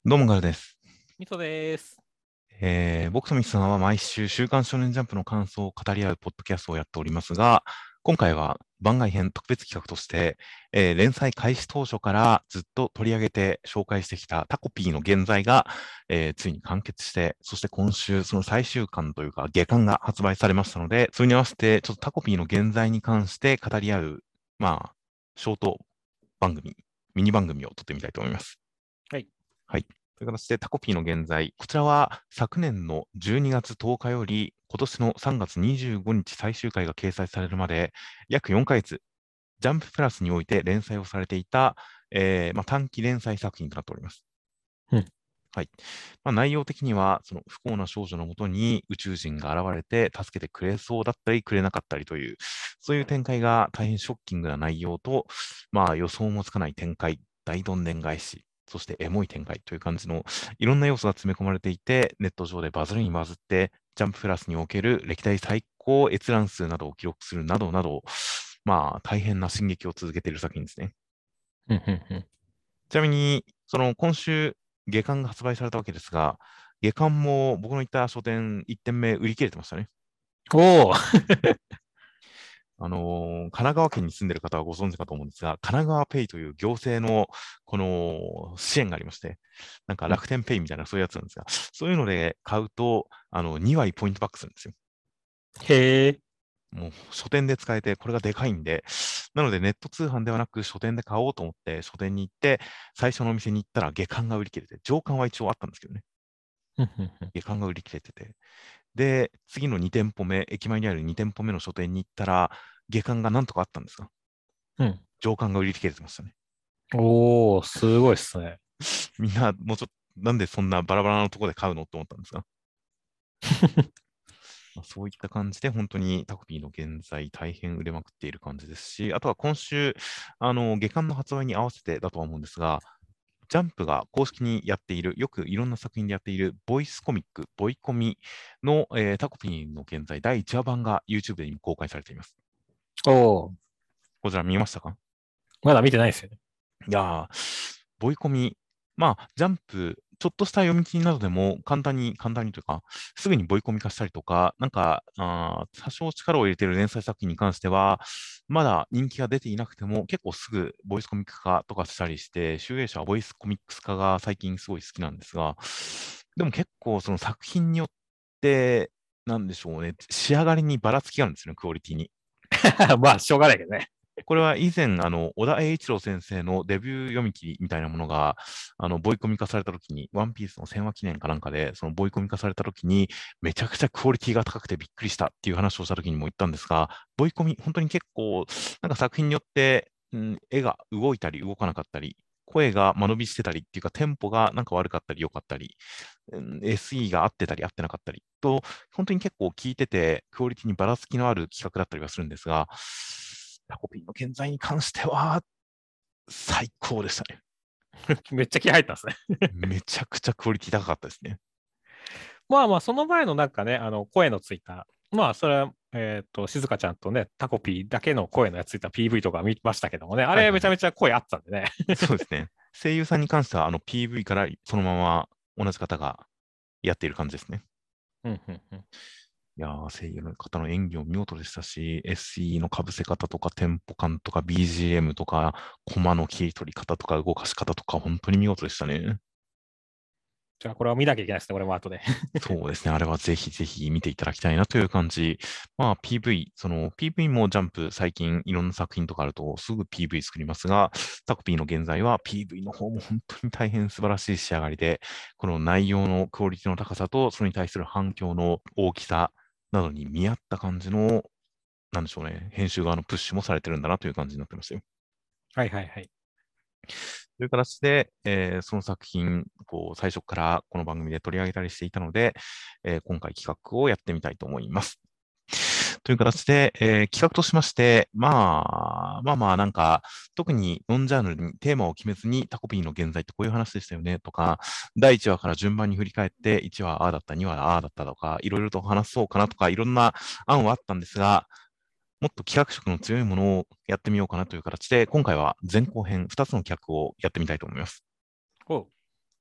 どうもガルです。 みそです。 僕とミスさんは毎週週刊少年ジャンプの感想を語り合うポッドキャストをやっておりますが、今回は番外編特別企画として、連載開始当初からずっと取り上げて紹介してきたタコピーの現在が、ついに完結して、そして今週その最終巻というか下巻が発売されましたので、それに合わせてちょっとタコピーの現在に関して語り合う、ショート番組、ミニ番組を撮ってみたいと思います。 はい。 はい。という形でタコピーの現在、こちらは昨年の12月10日より今年の3月25日最終回が掲載されるまで約4ヶ月、ジャンププラスにおいて連載をされていた、短期連載作品となっております。 うん。 はい。内容的には、その不幸な少女のもとに宇宙人が現れて助けてくれそうだったりくれなかったりという、そういう展開が大変ショッキングな内容と、予想もつかない展開、大どんでん返し、そしてエモい展開という感じのいろんな要素が詰め込まれていて、ネット上でバズるにバズって、ジャンププラスにおける歴代最高閲覧数などを記録するなどなど、大変な進撃を続けている作品ですね。 うん。うん。 ちなみに、その今週、下巻が発売されたわけですが、下巻も僕の行った書店1点目売り切れてましたね。 おお。 神奈川県に住んでる方はご存知かと思うんですが、神奈川ペイという行政のこの支援がありまして、なんかうん。 楽天ペイみたいなそういうやつなんですが、そういうので買うと、2割ポイントバックするんですよ。 へえ。 もう書店で使えて、これがでかいんで、なのでネット通販ではなく書店で買おうと思って書店に行って、最初のお店に行ったら下巻が売り切れて、上巻は一応あったんですけどね。 うん。うん。 下巻が売り切れてて。で、次の2店舗目、駅前にある2店舗目の書店に行ったら、下巻がなんとかあったんですが、 うん。 上巻が売り切れてましたね。 おお、すごいっすね。 みんな、もうちょっと、なんでそんなバラバラなところで買うのと思ったんですが、そういった感じで、本当にタコピーの現在、大変売れまくっている感じですし、あとは今週、下巻の発売に合わせてだとは思うんですが、ジャンプが公式にやっている、よくいろんな作品でやっている、ボイスコミック、ボイコミの、タコピーの現在、第1話版が YouTube で今公開されています。 おお、 こちら見ましたか？ まだ見てないですよね。 いやー、ボイコミ、ジャンプ、ちょっとした読み切りなどでも簡単にというか、すぐにボイコミ化したりとか、多少力を入れている連載作品に関しては、まだ人気が出ていなくても、結構すぐボイスコミック化とかしたりして、集英社はボイスコミックス化が最近すごい好きなんですが、でも結構その作品によって、なんでしょうね、仕上がりにばらつきがあるんですよね、クオリティに。 まあ、しょうがないけどね。 これは以前、小田栄一郎先生のデビュー読み切りみたいなものが、ボイコミ化されたときに、ワンピースの1000話記念かなんかで、そのボイコミ化されたときに、めちゃくちゃクオリティが高くてびっくりしたっていう話をしたときにも言ったんですが、ボイコミ、本当に結構、なんか作品によって、絵が動いたり動かなかったり、声が間延びしてたりっていうか、テンポがなんか悪かったり良かったり、SE が合ってたり合ってなかったりと、本当に結構聞いてて、クオリティにばらつきのある企画だったりはするんですが、タコピーの健在に関しては最高でしたね。 めっちゃ気入ったんですね。 めちゃくちゃクオリティ高かったですね。 まあまあ、その前のなんかね、声のついた、まあ、それは、静香ちゃんとね、タコピーだけの声のついた PV とか見ましたけどもね、あれめちゃはいはいはい。 めちゃ声あったんでね。 そうですね。声優さんに関しては、PV からそのまま同じ方がやっている感じですね。 うん。うん。うん。 いやー、声優の方の演技も見事でしたし、SE の被せ方とかテンポ感とか BGM とか、コマの切り取り方とか動かし方とか、本当に見事でしたね。 じゃあ、これを見なきゃいけないですね、俺も後で。 そうですね。あれはぜひぜひ見ていただきたいなという感じ。PV、その PV もジャンプ最近いろんな作品とかあるとすぐ PV 作りますが、タコピーの現在は PV の方も本当に大変素晴らしい仕上がりで、この内容のクオリティの高さとそれに対する反響の大きさなどに見合った感じの、なんでしょうね。編集側のプッシュもされてるんだなという感じになってますよ。 はいはいはい。 という形で、その作品、最初からこの番組で取り上げたりしていたので、今回企画をやってみたいと思います。という形で、企画としまして、なんか、特にノンジャンルにテーマを決めずにタコピーの現在ってこういう話でしたよねとか、第1話から順番に振り返って、1話ああだった、2話ああだったとか、いろいろと話そうかなとか、いろんな案はあったんですが、もっと企画色の強いものをやってみようかなという形で、今回は前後編2つの企画をやってみたいと思います。 おう。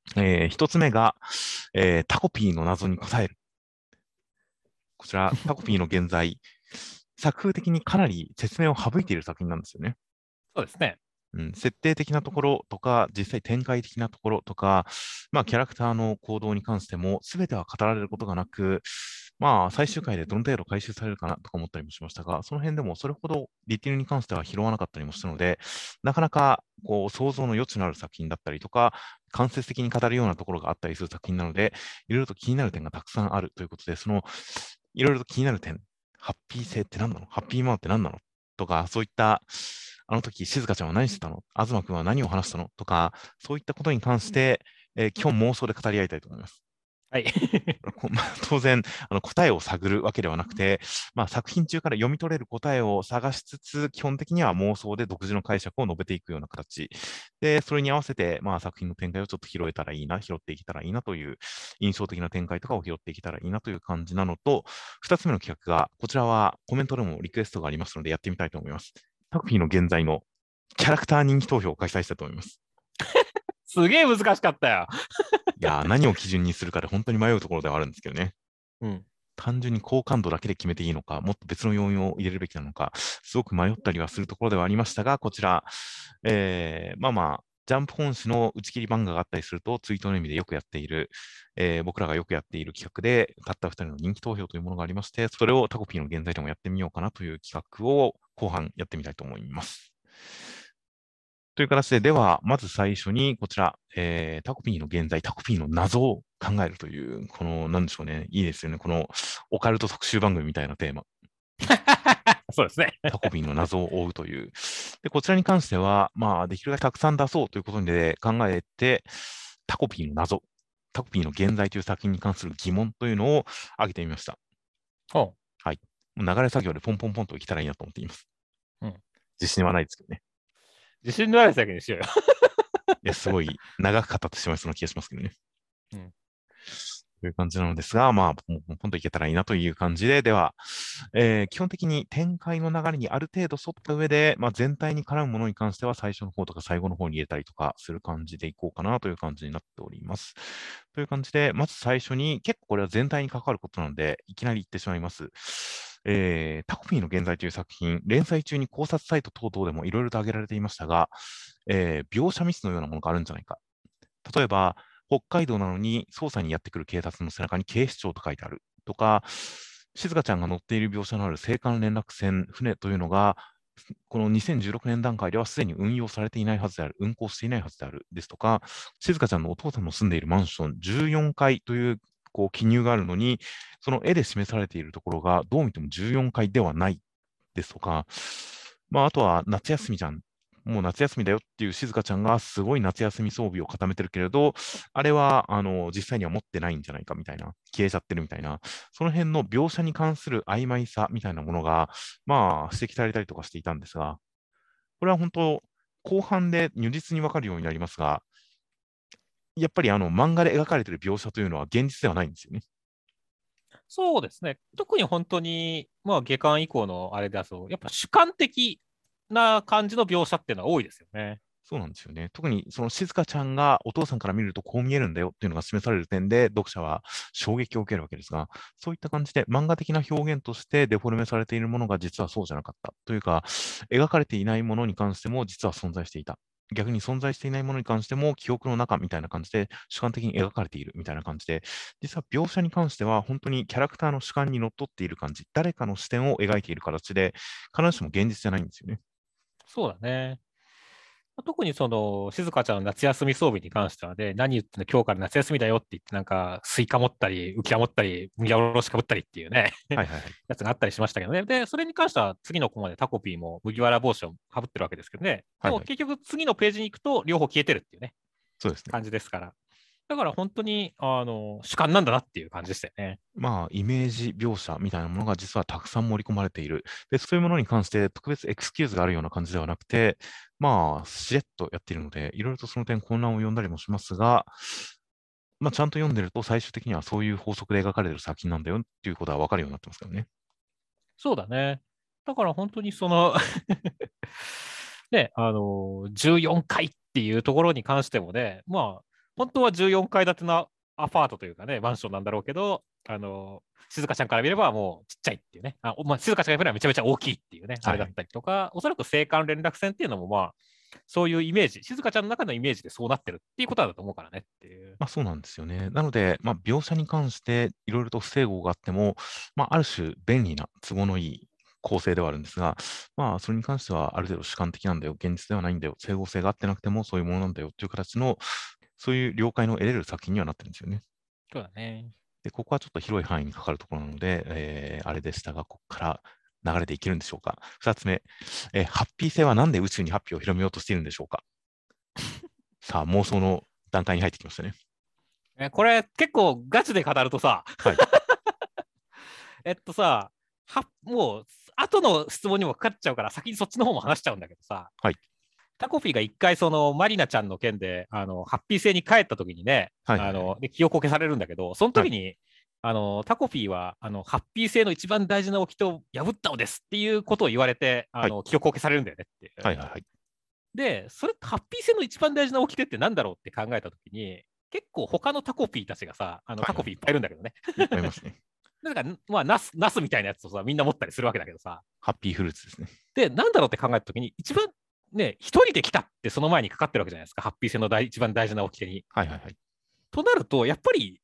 一つ目が、タコピーの謎に答える。こちら、タコピーの現在、作風的にかなり説明を省いている作品なんですよね。 そうですね。 設定的なところとか、実際展開的なところとか、まあ、キャラクターの行動に関しても、すべては語られることがなく、まあ、最終回でどの程度回収されるかなとか思ったりもしましたが、その辺でもそれほどディティールに関しては拾わなかったりもしたので、なかなかこう想像の余地のある作品だったりとか、間接的に語るようなところがあったりする作品なので、いろいろと気になる点がたくさんあるということで、いろいろと気になる点、ハッピー性って何なの？ハッピーマウって何なの？とか、そういった、あの時、静香ちゃんは何してたの？東くんは何を話したの？とか、そういったことに関して、基本妄想で語り合いたいと思います。 はい。 まあ当然答えを探るわけではなくて、まあ、作品中から読み取れる答えを探しつつ、基本的には妄想で独自の解釈を述べていくような形で、それに合わせて、まあ、作品の展開をちょっと拾えたらいいな、拾っていけたらいいなという印象的な展開とかを拾っていけたらいいなという感じなのと、2つ目の企画が、こちらはコメントでもリクエストがありますのでやってみたいと思います。タクピーの現在のキャラクター人気投票を開催したいと思います。 すげえ難しかったよ。 いやー、何を基準にするかで本当に迷うところではあるんですけどね。 うん。 単純に好感度だけで決めていいのか、もっと別の要因を入れるべきなのか、すごく迷ったりはするところではありましたが、こちら、まあまあ、ジャンプ本誌の打ち切り漫画があったりすると、ツイートの意味でよくやっている、僕らがよくやっている企画で、たった2人の人気投票というものがありまして、それをタコピーの現在でもやってみようかなという企画を後半やってみたいと思います。という形で、では、まず最初に、こちら、タコピーの現在、タコピーの謎を考えるという、この、なんでしょうね、いいですよね、このオカルト特集番組みたいなテーマ、 そうですね。 タコピーの謎を追うという。で、こちらに関しては、まあ、できるだけたくさん出そうということで考えて、タコピーの謎、タコピーの現在という作品に関する疑問というのを挙げてみました。 ほはい。流れ作業でポンポンポンといけたらいいなと思っています。 う。うん。 自信はないですけどね。 自信のあるだけにしようよ。 いや、すごい長く語ってしまいそうな気がしますけどね。 うん。 という感じなのですが、まあ、もうポンといけたらいいなという感じで、では、基本的に展開の流れにある程度沿った上で、まあ、全体に絡むものに関しては最初の方とか最後の方に入れたりとかする感じでいこうかなという感じになっております。という感じで、まず最初に、結構これは全体に関わることなので、いきなり言ってしまいます。タコピーの現在という作品、連載中に考察サイト等々でもいろいろと挙げられていましたが、描写ミスのようなものがあるんじゃないか。例えば、北海道なのに捜査にやってくる警察の背中に警視庁と書いてあるとか、静香ちゃんが乗っている描写のある青函連絡船、船というのが、この2016年段階ではすでに運用されていないはずである、運行していないはずであるですとか、静香ちゃんのお父さんの住んでいるマンション14階という記入があるのに、その絵で示されているところがどう見ても14階ではないですとか、まあ、あとは夏休みじゃん。もう夏休みだよっていう静香ちゃんがすごい夏休み装備を固めてるけれど、あれは実際には持ってないんじゃないかみたいな、消えちゃってるみたいな、その辺の描写に関する曖昧さみたいなものが、まあ、指摘されたりとかしていたんですが、これは本当、後半で如実にわかるようになりますが、やっぱり漫画で描かれている描写というのは現実ではないんですよね。 そうですね。特に本当に、まあ、下巻以降のあれだと、やっぱ主観的な感じの描写っていうのは多いですよね。 そうなんですよね。特にその静香ちゃんがお父さんから見るとこう見えるんだよっていうのが示される点で読者は衝撃を受けるわけですが、そういった感じで漫画的な表現としてデフォルメされているものが実はそうじゃなかったというか、描かれていないものに関しても実は存在していた。逆に存在していないものに関しても記憶の中みたいな感じで主観的に描かれているみたいな感じで、実は描写に関しては本当にキャラクターの主観にのっとっている感じ、誰かの視点を描いている形で、必ずしも現実じゃないんですよね。 そうだね。特にその、静香ちゃんの夏休み装備に関してはね、何言ってんの、今日から夏休みだよって言って、なんか、スイカ持ったり、浮き輪持ったり、麦わら帽子かぶったりっていうね、 はいはいはい。 やつがあったりしましたけどね。で、それに関しては、次のコマでタコピーも麦わら帽子をかぶってるわけですけどね。でもはいはい。 結局、次のページに行くと、両方消えてるっていうね、 そうですね。 感じですから。だから本当に、主観なんだなっていう感じでしたよね。 まあ、イメージ描写みたいなものが実はたくさん盛り込まれている。で、そういうものに関して特別エクスキューズがあるような感じではなくて、まあ、しれっとやっているので、いろいろとその点混乱を呼んだりもしますが、まあ、ちゃんと読んでると最終的にはそういう法則で描かれている作品なんだよっていうことは分かるようになってますからね。 そうだね。だから本当にそのね、14回っていうところに関してもね、まあ、 本当は14階建てのアパートというかね、マンションなんだろうけど、静香ちゃんから見ればもうちっちゃいっていうね、静香ちゃんから見ればめちゃめちゃ大きいっていうね、あれだったりとか、おそらく青函連絡船っていうのもまあ、そういうイメージ、静香ちゃんの中のイメージでそうなってるっていうことだと思うからねっていう。 そうなんですよね。なので、描写に関していろいろと不整合があっても、ある種便利な都合のいい構成ではあるんですが、それに関してはある程度主観的なんだよ、現実ではないんだよ、整合性があってなくてもそういうものなんだよという形の、そういう了解の得れる作品にはなってるんですよね。 そうだね。 で、ここはちょっと広い範囲にかかるところなので、あれでしたが、ここから流れていけるんでしょうか。2つ目、ハッピー性はなんで宇宙にハッピーを広めようとしているんでしょうか。さあ、妄想の段階に入ってきましたね。 これ結構ガチで語るとさ、 はい。 もう後の質問にもかかっちゃうから先にそっちの方も話しちゃうんだけどさ、 はい。 タコフィーが一回そのマリナちゃんの件でハッピー星に帰った時にね、 はいはいはい。 で記憶を消されるんだけど、そのはい。 時に、タコフィーはハッピー星の一番大事な掟を破ったのですっていうことを言われて、 はい。 記憶を消されるんだよねっていう。 はいはいはい。 で、それハッピー星の一番大事な掟ってなんだろうって考えた時に、結構他のタコフィーたちがさ、タコフィーいっぱいいるんだけどね。 いっぱいいますね。 だから、まあ、ナスみたいなやつをさ、みんな持ったりするわけだけどさ。 ハッピーフルーツですね。 で、なんだろうって考えたときに、一番ね、一人で来たってその前にかかってるわけじゃないですか、ハッピー性の一番大事な掟に。 はいはいはい。 となると、やっぱり、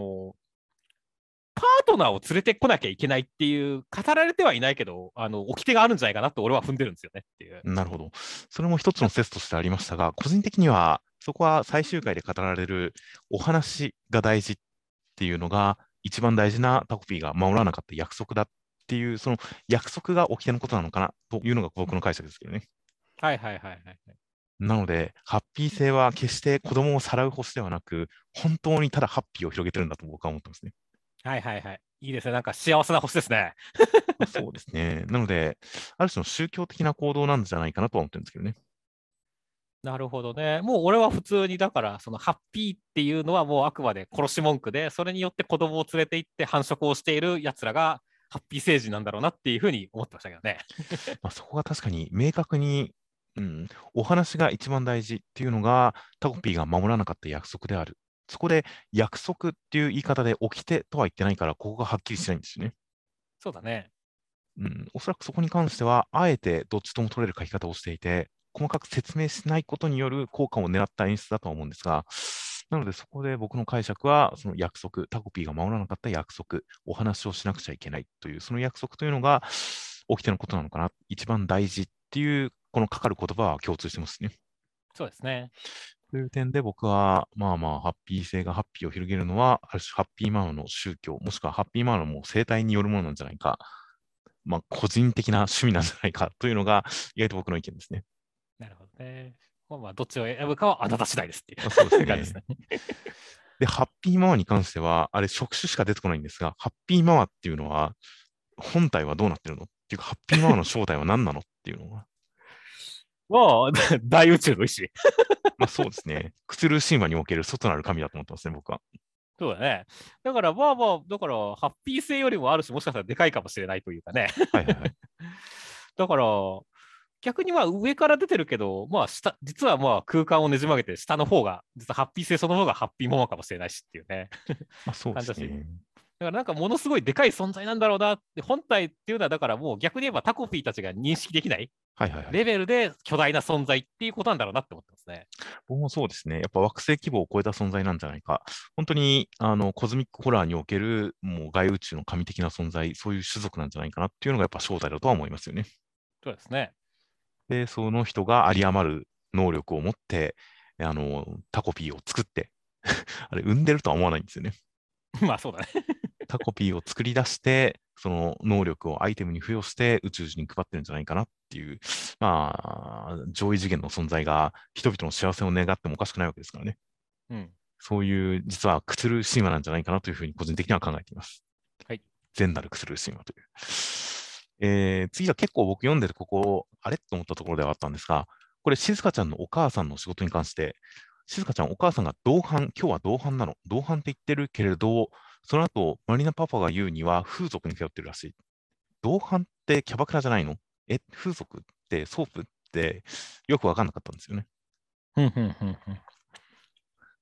パートナーを連れてこなきゃいけないっていう、語られてはいないけど、掟があるんじゃないかなと俺は踏んでるんですよねっていう。 なるほど。それも一つの説としてありましたが、個人的には、そこは最終回で語られるお話が大事っていうのが、一番大事なタコピーが守らなかった約束だっていう、その約束が掟のことなのかなというのが僕の解釈ですけどね。 はいはいはいはい。 なので、ハッピー性は決して子供をさらう星ではなく、本当にただハッピーを広げてるんだと僕は思ってますね。 はいはいはい。いいですね。なんか幸せな星ですね。 そうですね。なので、ある種の宗教的な行動なんじゃないかなとは思ってるんですけどね。 なるほどね。もう俺は普通に、だから、そのハッピーっていうのはもうあくまで殺し文句で、それによって子供を連れて行って繁殖をしている奴らがハッピー政治なんだろうなっていうふうに思ってましたけどね。 そこが確かに明確に、お話が一番大事っていうのがタコピーが守らなかった約束である。そこで約束っていう言い方で掟とは言ってないから、ここがはっきりしないんですよね。 そうだね。 おそらくそこに関しては、あえてどっちとも取れる書き方をしていて、細かく説明しないことによる効果を狙った演出だとは思うんですが、なのでそこで僕の解釈は、その約束、タコピーが守らなかった約束、お話をしなくちゃいけないという、その約束というのが、掟のことなのかな、一番大事っていう、このかかる言葉は共通してますね。 そうですね。 という点で僕は、ハッピー性がハッピーを広げるのは、ある種ハッピーママの宗教、もしくはハッピーママのもう生態によるものなんじゃないか、個人的な趣味なんじゃないかというのが、意外と僕の意見ですね。 なるほどね。まあまあ、どっちを選ぶかはあなた次第ですっていそうですう感じですね。 ね。 で、ハッピーママに関しては、あれ、職種しか出てこないんですが、ハッピーママっていうのは、本体はどうなってるのっていうか、ハッピーママの正体は何なのっていうのは、 もう、大宇宙の意志。 そうですね。クトゥルー神話における外なる神だと思ってますね、僕は。 そうだね。だからまあまあ、だから、ハッピー性よりもある種もしかしたらでかいかもしれないというかね。 はいはいはい。 だから、逆にまあ上から出てるけど、まあ実はまあ空間をねじ曲げて下の方が、実はハッピー性その方がハッピーモマかもしれないしっていうね、 そうで感じだし。 すね。 だからなんかものすごいでかい存在なんだろうなって、本体っていうのはだからもう逆に言えばタコピーたちが認識できないはいはいはい。 レベルで巨大な存在っていうことなんだろうなって思ってますね。 僕もそうですね。やっぱ惑星規模を超えた存在なんじゃないか。本当に、コズミックホラーにおける、もう外宇宙の神的な存在、そういう種族なんじゃないかなっていうのがやっぱ正体だとは思いますよね。 そうですね。 で、その人が有り余る能力を持って、タコピーを作って、あれ、生んでるとは思わないんですよね。 まあそうだね。 タコピーを作り出して、その能力をアイテムに付与して宇宙人に配ってるんじゃないかなっていう、上位次元の存在が人々の幸せを願ってもおかしくないわけですからね。 うん。 そういう、実はクトゥルー神話なんじゃないかなというふうに個人的には考えています。 はい。 善なるクトゥルー神話という。次は結構僕読んでてここ、あれと思ったところではあったんですが、これ、静香ちゃんのお母さんの仕事に関して、静香ちゃん、お母さんが同伴、今日は同伴なの。同伴って言ってるけれど、その後、マリナパパが言うには風俗に通ってるらしい。同伴ってキャバクラじゃないの？風俗ってソープってよくわかんなかったんですよね。 ふんふんふんふん。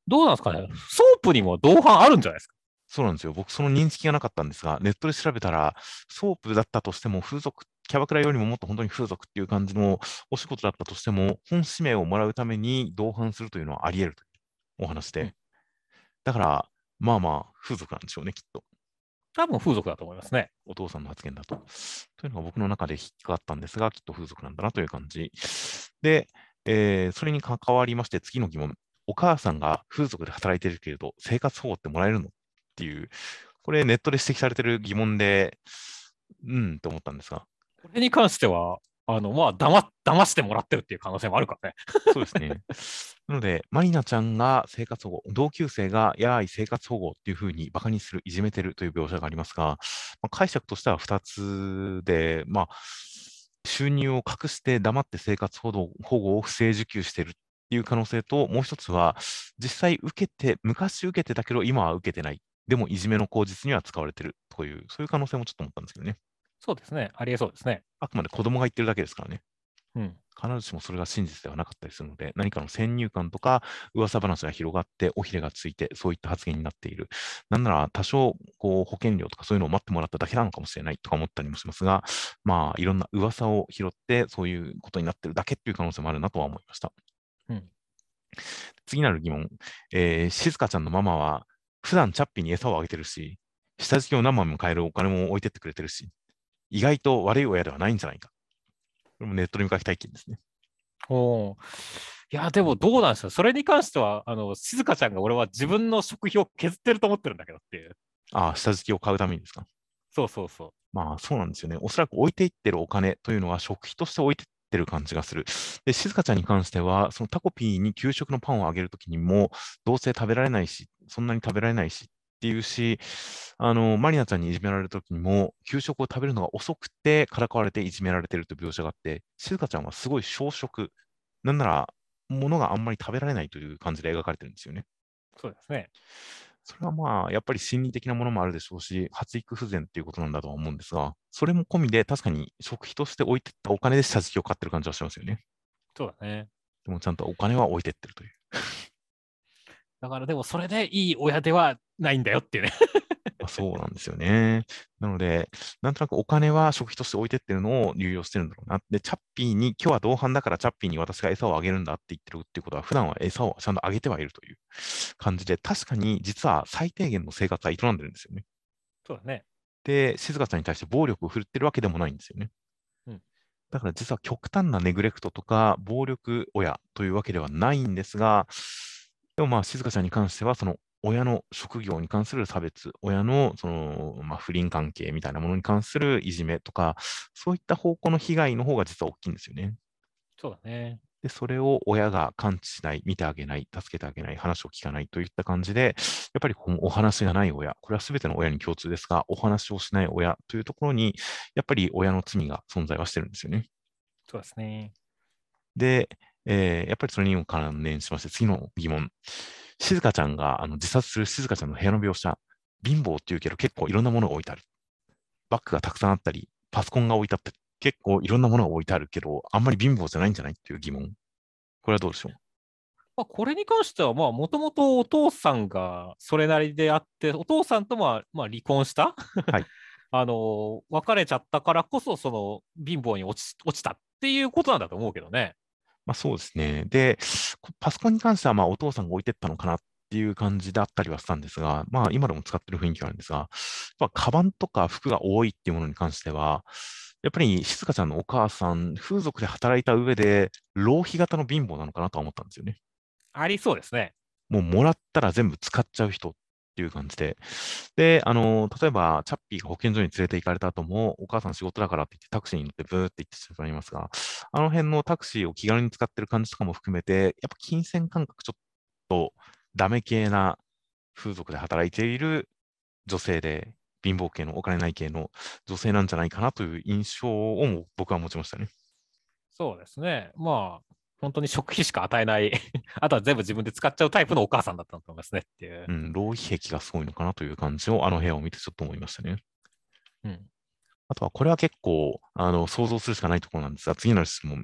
どうなんですかね。ソープにも同伴あるんじゃないですか。 そうなんですよ。僕、その認識がなかったんですが、ネットで調べたら、ソープだったとしても、風俗、キャバクラよりももっと本当に風俗っていう感じのお仕事だったとしても、本指名をもらうために同伴するというのはあり得るというお話うん。 で。だから、まあまあ、風俗なんでしょうね、きっと。 多分風俗だと思いますね。 お父さんの発言だと。というのが僕の中で引っかかったんですが、きっと風俗なんだなという感じ。で、それに関わりまして、次の疑問。お母さんが風俗で働いているけれど、生活保護ってもらえるのっていう、これネットで指摘されている疑問で、と思ったんですが、 これに関しては、まあ、騙してもらってるっていう可能性もあるからね。 そうですね。なので、マリナちゃんが生活保護、同級生がやーい生活保護っていうふうにバカにする、いじめてるという描写がありますが、解釈としては2つで、収入を隠して黙って生活保護を不正受給しているっていう可能性と、もう一つは、実際昔受けてたけど、今は受けてない。でも、いじめの口実には使われてるという、そういう可能性もちょっと思ったんですけどね。 そうですね。ありえそうですね。 あくまで子供が言ってるだけですからね。 うん。 必ずしもそれが真実ではなかったりするので、何かの先入観とか噂話が広がって、尾ひれがついて、そういった発言になっている。なんなら、多少、保険料とかそういうのを待ってもらっただけなのかもしれないとか思ったりもしますが、いろんな噂を拾って、そういうことになってるだけっていう可能性もあるなとは思いました。 うん。 次なる疑問。静香ちゃんのママは、普段チャッピーに餌をあげてるし、下敷きを何万も買えるお金も置いてってくれてるし、意外と悪い親ではないんじゃないか。これもネットで見かけた意見ですね。 おー。いや、でもどうなんですよ。それに関しては、静香ちゃんが俺は自分の食費を削ってると思ってるんだけどっていう。 ああ、下敷きを買うためにですか。 そうそうそう。 まあそうなんですよね。おそらく置いていってるお金というのは食費として置いていってる感じがする。で、静香ちゃんに関しては、そのタコピーに給食のパンをあげるときにも、どうせ食べられないし、そんなに食べられないしっていうし、マリナちゃんにいじめられるときにも、給食を食べるのが遅くて、からかわれていじめられてるという描写があって、静香ちゃんはすごい小食。なんなら、物があんまり食べられないという感じで描かれてるんですよね。 そうですね。 それはやっぱり心理的なものもあるでしょうし、発育不全っていうことなんだとは思うんですが、それも込みで確かに食費として置いてったお金で下敷きを買ってる感じはしますよね。 そうだね。 でもちゃんとお金は置いてってるという。 だからでもそれでいい親ではないんだよっていうね。 そうなんですよね。なので、なんとなくお金は食費として置いてってるのを流用してるんだろうな。で、チャッピーに、今日は同伴だからチャッピーに私が餌をあげるんだって言ってるっていうことは、普段は餌をちゃんとあげてはいるという感じで、確かに実は最低限の生活は営んでるんですよね。 そうだね。 で、静香ちゃんに対して暴力を振るってるわけでもないんですよね。 うん。 だから実は極端なネグレクトとか暴力親というわけではないんですが、でも静香ちゃんに関しては、その親の職業に関する差別、親の不倫関係みたいなものに関するいじめとか、そういった方向の被害の方が実は大きいんですよね。 そうだね。 で、それを親が感知しない、見てあげない、助けてあげない、話を聞かないといった感じで、やっぱりこのお話がない親、これは全ての親に共通ですが、お話をしない親というところに、やっぱり親の罪が存在はしてるんですよね。 そうですね。 で、やっぱりそれにも関連しまして、次の疑問。静香ちゃんが自殺する静香ちゃんの部屋の描写、貧乏っていうけど結構いろんなものが置いてある。バッグがたくさんあったり、パソコンが置いてあって結構いろんなものが置いてあるけど、あんまり貧乏じゃないんじゃないっていう疑問。これはどうでしょう。 まあ、これに関しては、もともとお父さんがそれなりであって、お父さんと離婚したはい。 別れちゃったからこそ、その貧乏に落ちたっていうことなんだと思うけどね。 そうですね。で、パソコンに関してはお父さんが置いてったのかなっていう感じだったりはしたんですが、今でも使ってる雰囲気があるんですが、カバンとか服が多いっていうものに関しては、やっぱり静香ちゃんのお母さん、風俗で働いた上で、浪費型の貧乏なのかなとは思ったんですよね。 ありそうですね。 もうもらったら全部使っちゃう人っていう感じで。で、例えば、チャッピーが保健所に連れて行かれた後も、お母さん仕事だからって言ってタクシーに乗ってブーって行ってしまいますが、あの辺のタクシーを気軽に使ってる感じとかも含めて、やっぱ金銭感覚ちょっとダメ系な風俗で働いている女性で、貧乏系のお金ない系の女性なんじゃないかなという印象を僕は持ちましたね。 そうですね。本当に食費しか与えないあとは全部自分で使っちゃうタイプのお母さんだったと思いますねっていう。 うん、浪費癖がすごいのかなという感じをあの部屋を見てちょっと思いましたね。 うん。 あとは、これは結構、想像するしかないところなんですが、次の質問。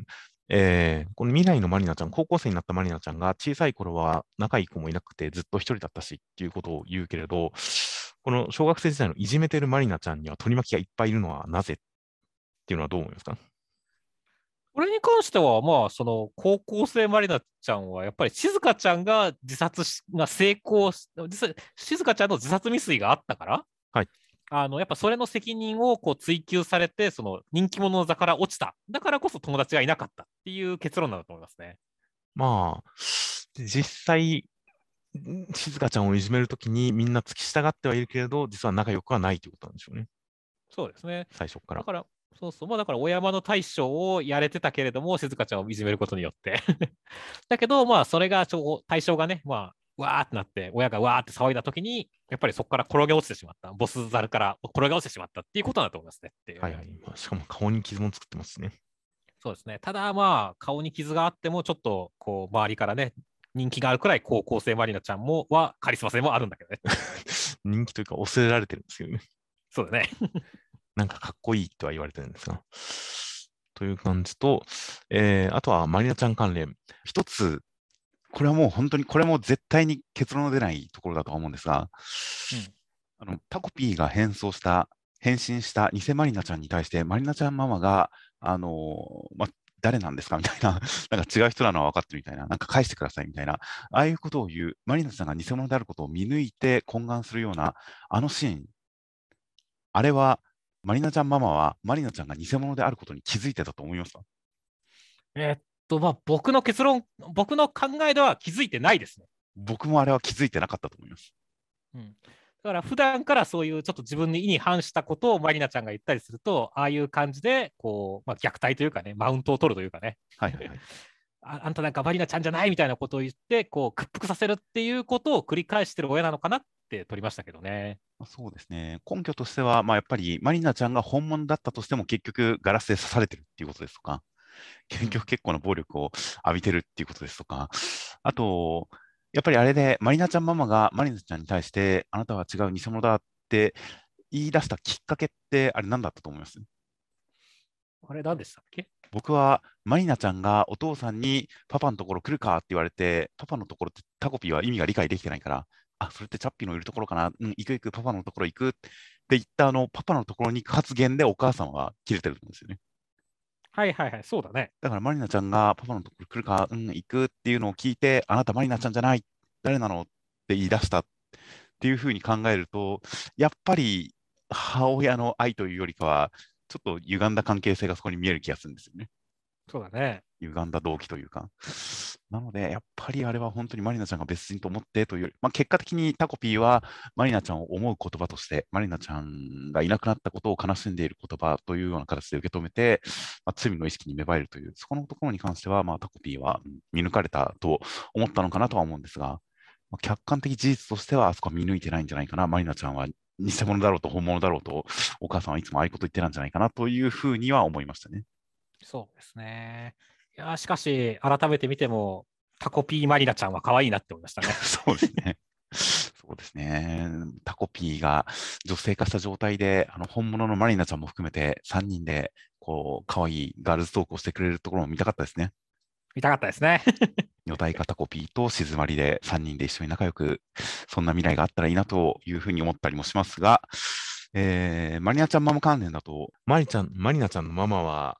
この未来のマリナちゃん、高校生になったマリナちゃんが小さい頃は仲いい子もいなくてずっと一人だったしっていうことを言うけれど、この小学生時代のいじめてるマリナちゃんには取り巻きがいっぱいいるのはなぜっていうのはどう思いますか？ これに関しては、まあ、その高校生マリナちゃんは、やっぱり静香ちゃんが自殺が成功し、静香ちゃんの自殺未遂があったから、 はい。 やっぱそれの責任をこう追及されて、その人気者の座から落ちた。だからこそ友達がいなかったっていう結論なんだと思いますね。 まあ、実際、静香ちゃんをいじめるときにみんな付き従ってはいるけれど、実は仲良くはないということなんでしょうね。 そうですね。 最初から。 だから、そうそう、まあだから、お山の大将をやれてたけれども、静香ちゃんをいじめることによってだけど、まあ、それが対象がね、まあ、わーってなって、親がわーって騒いだときに、やっぱりそこから転げ落ちてしまった。ボスザルから転げ落ちてしまったっていうことだと思いますね。っていう。 はいはい。まあしかも顔に傷も作ってますしね。 そうですね。ただ、まあ、顔に傷があっても、ちょっと、こう、周りからね、人気があるくらい高校生マリナちゃんはカリスマ性もあるんだけどね。 人気というか、恐れられてるんですけどね。 そうだね。 なんかかっこいいとは言われてるんですが。という感じと、あとはマリナちゃん関連。一つ、これはもう本当に、これも絶対に結論の出ないところだと思うんですが、 うん。 タコピーが変身した偽マリナちゃんに対して、マリナちゃんママが、あのま、誰なんですかみたいな、なんか違う人なのは分かってるみたいな、なんか返してくださいみたいな、ああいうことを言う、マリナちゃんが偽物であることを見抜いて懇願するような、あのシーン、あれは、マリナちゃんママは、マリナちゃんが偽物であることに気づいてたと思いますか？ まあ、僕の考えでは気づいてないですね。 僕もあれは気づいてなかったと思います。 うん。だから普段からそういうちょっと自分に意に反したことをマリナちゃんが言ったりすると、ああいう感じで、こう、まあ、虐待というかね、マウントを取るというかね、 はいはいはい。 あんたなんかマリナちゃんじゃないみたいなことを言って、こう、屈服させるっていうことを繰り返してる親なのかなって取りましたけどね。 そうですね。根拠としては、やっぱりマリナちゃんが本物だったとしても結局ガラスで刺されてるっていうことですとか、結局うん。 結構な暴力を浴びてるっていうことですとか、あと、やっぱりあれでマリナちゃんママがマリナちゃんに対して、あなたは違う偽物だって言い出したきっかけってあれ何だったと思います？ あれ何でしたっけ？ 僕はマリナちゃんがお父さんにパパのところ来るかって言われて、パパのところってタコピーは意味が理解できてないから、あ、それってチャッピーのいるところかな、うん、行く行く、パパのところ行くって言ったパパのところに行く発言でお母さんは切れてるんですよね。 はいはいはい、そうだね。 だからマリナちゃんがパパのところ来るか、うん、行くっていうのを聞いて、あなたマリナちゃんじゃない、誰なのって言い出したっていうふうに考えると、やっぱり母親の愛というよりかは、ちょっと歪んだ関係性がそこに見える気がするんですよね。 そうだね。 歪んだ動機というか。なので、やっぱりあれは本当にマリナちゃんが別人と思ってというより、結果的にタコピーはマリナちゃんを思う言葉として、マリナちゃんがいなくなったことを悲しんでいる言葉というような形で受け止めて、罪の意識に芽生えるという、そこのところに関しては、タコピーは見抜かれたと思ったのかなとは思うんですが、客観的事実としては、あそこは見抜いてないんじゃないかな、マリナちゃんは偽物だろうと本物だろうと、お母さんはいつもああいうこと言ってたんじゃないかなというふうには思いましたね。 そうですね。いや、しかし、改めて見ても、タコピーマリナちゃんは可愛いなって思いましたね。 そうですね。そうですね。タコピーが女性化した状態で、本物のマリナちゃんも含めて3人で、可愛いガールズトークをしてくれるところも見たかったですね。 見たかったですね。 女体化タコピーと静まりで3人で一緒に仲良く、そんな未来があったらいいなというふうに思ったりもしますが、マリナちゃんママ関連だと、マリナちゃんのママは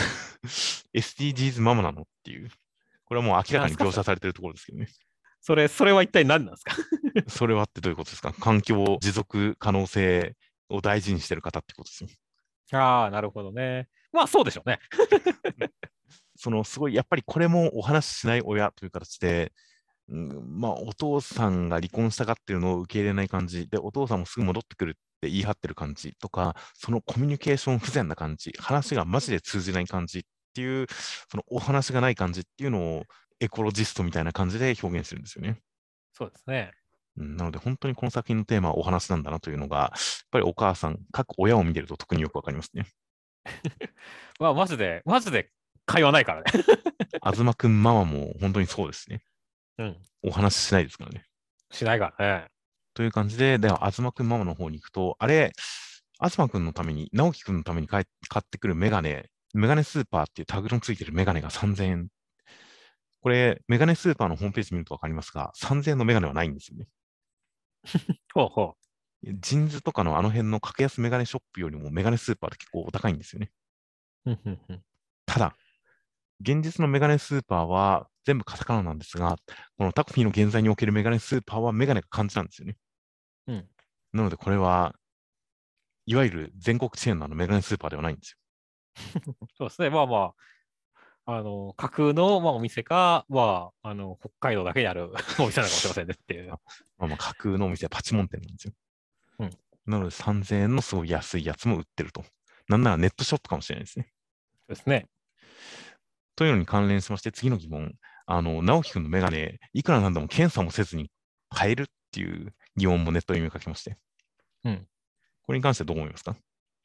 SDGs ママなのっていう、これはもう明らかになんすか、 描写されているところですけどね。 それは一体何なんですか？ それはってどういうことですか？環境持続可能性を大事にしている方ってことですよ。 ああ、なるほどね。まあ、そうでしょうね。 すごい、やっぱりこれもお話ししない親という形で、お父さんが離婚したがってるのを受け入れない感じで、お父さんもすぐ戻ってくるって言い張ってる感じとか、そのコミュニケーション不全な感じ、話がマジで通じない感じっていう、そのお話がない感じっていうのをエコロジストみたいな感じで表現してるんですよね。 そうですね。 なので、本当にこの作品のテーマはお話なんだなというのが、やっぱりお母さん、各親を見てると特によくわかりますね。 まあ、マジで会話ないからね。 東くんママも本当にそうですね。 うん。 お話ししないですからね。 しないからね。 という感じで、では、東くんママの方に行くと、あれ、東くんのために、直樹くんのために買ってくるメガネメガネスーパーっていうタグのついてるメガネが3000円。これ、メガネスーパーのホームページ見るとわかりますが、3000円のメガネはないんですよね。 ほうほジンズとかのあの辺の格安メガネショップよりもメガネスーパーって結構お高いんですよね。 う。うんうんうん。 ただ、現実のメガネスーパーは全部カタカナなんですが、このタコピーの現在におけるメガネスーパーはメガネが漢字なんですよね。 うん。 なのでこれはいわゆる全国チェーンのあのメガネスーパーではないんですよ。 そうですね。まあまあ、架空の、まあ、お店か、まあ、北海道だけにあるお店なのかもしれませんねっていう。 まあ架空のお店、パチモン店なんですよ。 うん。そなので3000円のすごい安いやつも売ってると。なんならネットショップかもしれないですね。 うですね。 というのに関連しまして、次の疑問。直樹くんのメガネ、いくらなんでも検査もせずに買えるっていう疑問もネットに見かけまして。 うん。 これに関してどう思いますか？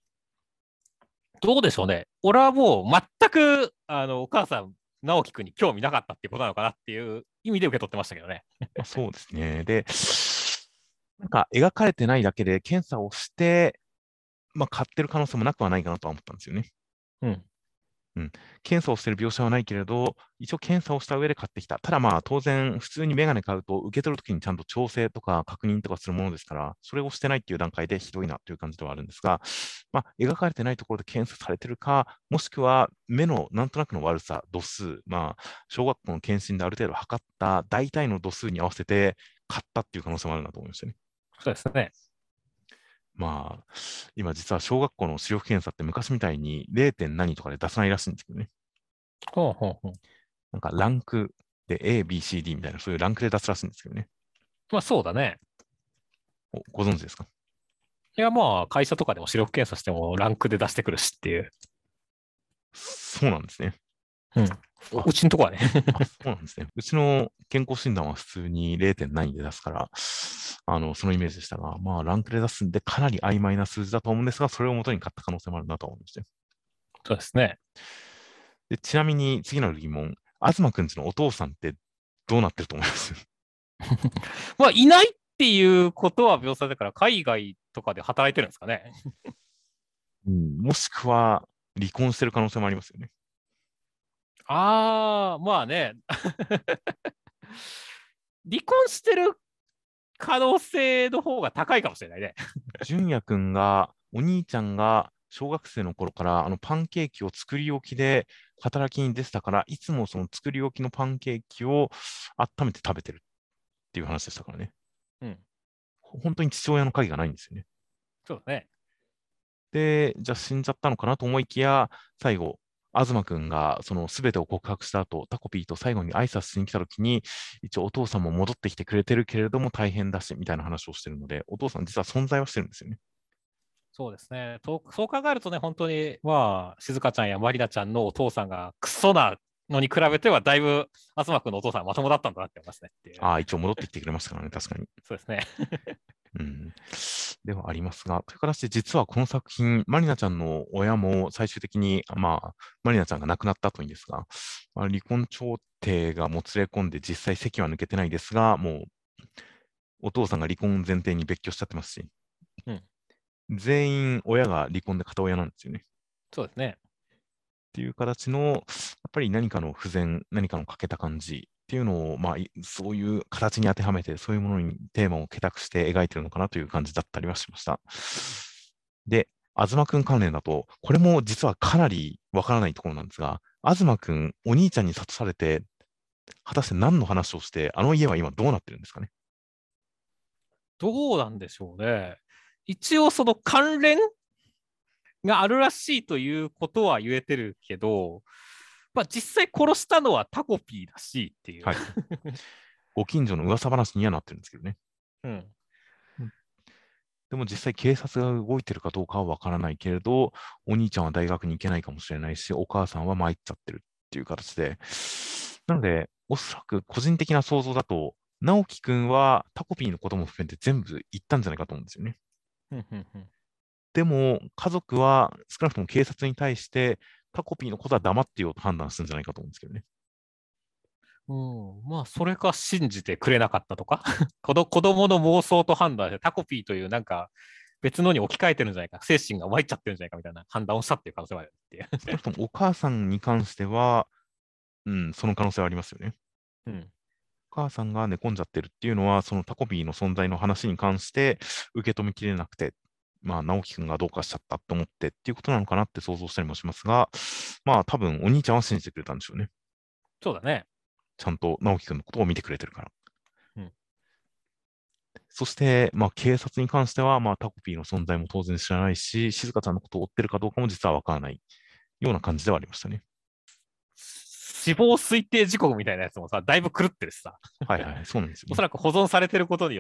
どうでしょうね。俺はもう全く、お母さん、直樹君に興味なかったっていうことなのかなっていう意味で受け取ってましたけどね。 まあ、そうですね。で、なんか描かれてないだけで検査をして、まあ、買ってる可能性もなくはないかなとは思ったんですよね。 うん。 うん。検査をしている描写はないけれど、一応検査をした上で買ってきた。ただまあ当然、普通にメガネ買うと受け取るときにちゃんと調整とか確認とかするものですから、それをしてないっていう段階でひどいなという感じではあるんですが、まあ描かれてないところで検査されてるか、もしくは目のなんとなくの悪さ、度数、まあ小学校の検診である程度測った大体の度数に合わせて買ったっていう可能性もあるなと思いましたね。 そうですね。 まあ、今実は小学校の視力検査って昔みたいに 0. 点何とかで出さないらしいんですけどね。 ほうほうほう。 なんかランクで A、B、C、D みたいな、そういうランクで出すらしいんですけどね。 まあそうだね。 ご存知ですか？ いやまあ会社とかでも視力検査してもランクで出してくるしっていう。 そうなんですね。 うん。 あ、 うちのとこはね。 そうなんですね。うちの健康診断は普通に 0. 点何で出すから、そのイメージでしたが、まあ、ランクで出すんで、かなり曖昧な数字だと思うんですが、それを元に買った可能性もあるなと思いまして。 そうですね。 で、ちなみに次の疑問、東くんちのお父さんってどうなってると思います？ まあいないっていうことは描写だから海外とかで働いてるんですかね。 うん、もしくは、離婚してる可能性もありますよね。 ああ、まあね。離婚してる可能性の方が高いかもしれないね。 純也くんが、お兄ちゃんが小学生の頃からあのパンケーキを作り置きで働きに出てたから、いつもその作り置きのパンケーキを温めて食べてるっていう話でしたからね。 うん。 本当に父親の影がないんですよね。 そうだね。 で、じゃあ死んじゃったのかなと思いきや、最後、東くんがその全てを告白した後、タコピーと最後に挨拶しに来た時に、一応お父さんも戻ってきてくれてるけれども大変だし、みたいな話をしてるので、お父さん実は存在はしてるんですよね。 そうですね。そう考えるとね、本当に、まあ、静香ちゃんやまりなちゃんのお父さんがクソなのに比べては、だいぶ、東君のお父さんはまともだったんだなって思いますねっていう。 ああ、一応戻ってきてくれましたからね、確かに。 そうですね。 うん。ではありますが、という形で実はこの作品、マリナちゃんの親も最終的に、まあ、マリナちゃんが亡くなった後にですが、まあ、離婚調停がもつれ込んで実際籍は抜けてないですが、もうお父さんが離婚前提に別居しちゃってますし、 うん。 全員親が離婚で片親なんですよね。っそうですね。 ていう形の、やっぱり何かの不全、何かの欠けた感じっていうのを、まあ、そういう形に当てはめて、そういうものにテーマを受託して描いてるのかなという感じだったりはしました。で、東くん関連だと、これも実はかなりわからないところなんですが、東くん、お兄ちゃんに諭されて、果たして何の話をして、あの家は今どうなってるんですかね。 どうなんでしょうね。一応、その関連があるらしいということは言えてるけど、まあ、実際殺したのはタコピーだしっていう。 はい。ご近所の噂話にはなってるんですけどね。 うん。 でも実際警察が動いてるかどうかはわからないけれど、お兄ちゃんは大学に行けないかもしれないし、お母さんは参っちゃってるっていう形で。なので、おそらく個人的な想像だと、直樹くんはタコピーのことも含めて全部言ったんじゃないかと思うんですよね。 うんうんうん。 でも、家族は少なくとも警察に対してタコピーのことは黙ってようと判断するんじゃないかと思うんですけどね。 うん、まあ、それか信じてくれなかったとか子供の妄想と判断してタコピーというなんか別のに置き換えてるんじゃないか、精神が湧いちゃってるんじゃないかみたいな判断をしたっていう可能性はあるっていう。 少なくともお母さんに関しては、その可能性はありますよね。 うん。 お母さんが寝込んじゃってるっていうのは、そのタコピーの存在の話に関して受け止めきれなくて、まあ、直樹くんがどうかしちゃったと思ってっていうことなのかなって想像したりもしますが、まあ、多分お兄ちゃんは信じてくれたんでしょうね。 そうだね。 ちゃんと直樹くんのことを見てくれてるから。 うん。 そして、まあ、警察に関しては、まあ、タコピーの存在も当然知らないし、静香ちゃんのことを追ってるかどうかも実はわからないような感じではありましたね。 死亡推定時刻みたいなやつもさ、だいぶ狂ってるしさ、 はいはい、そうなんですよね。 おそらく保存されてることによって、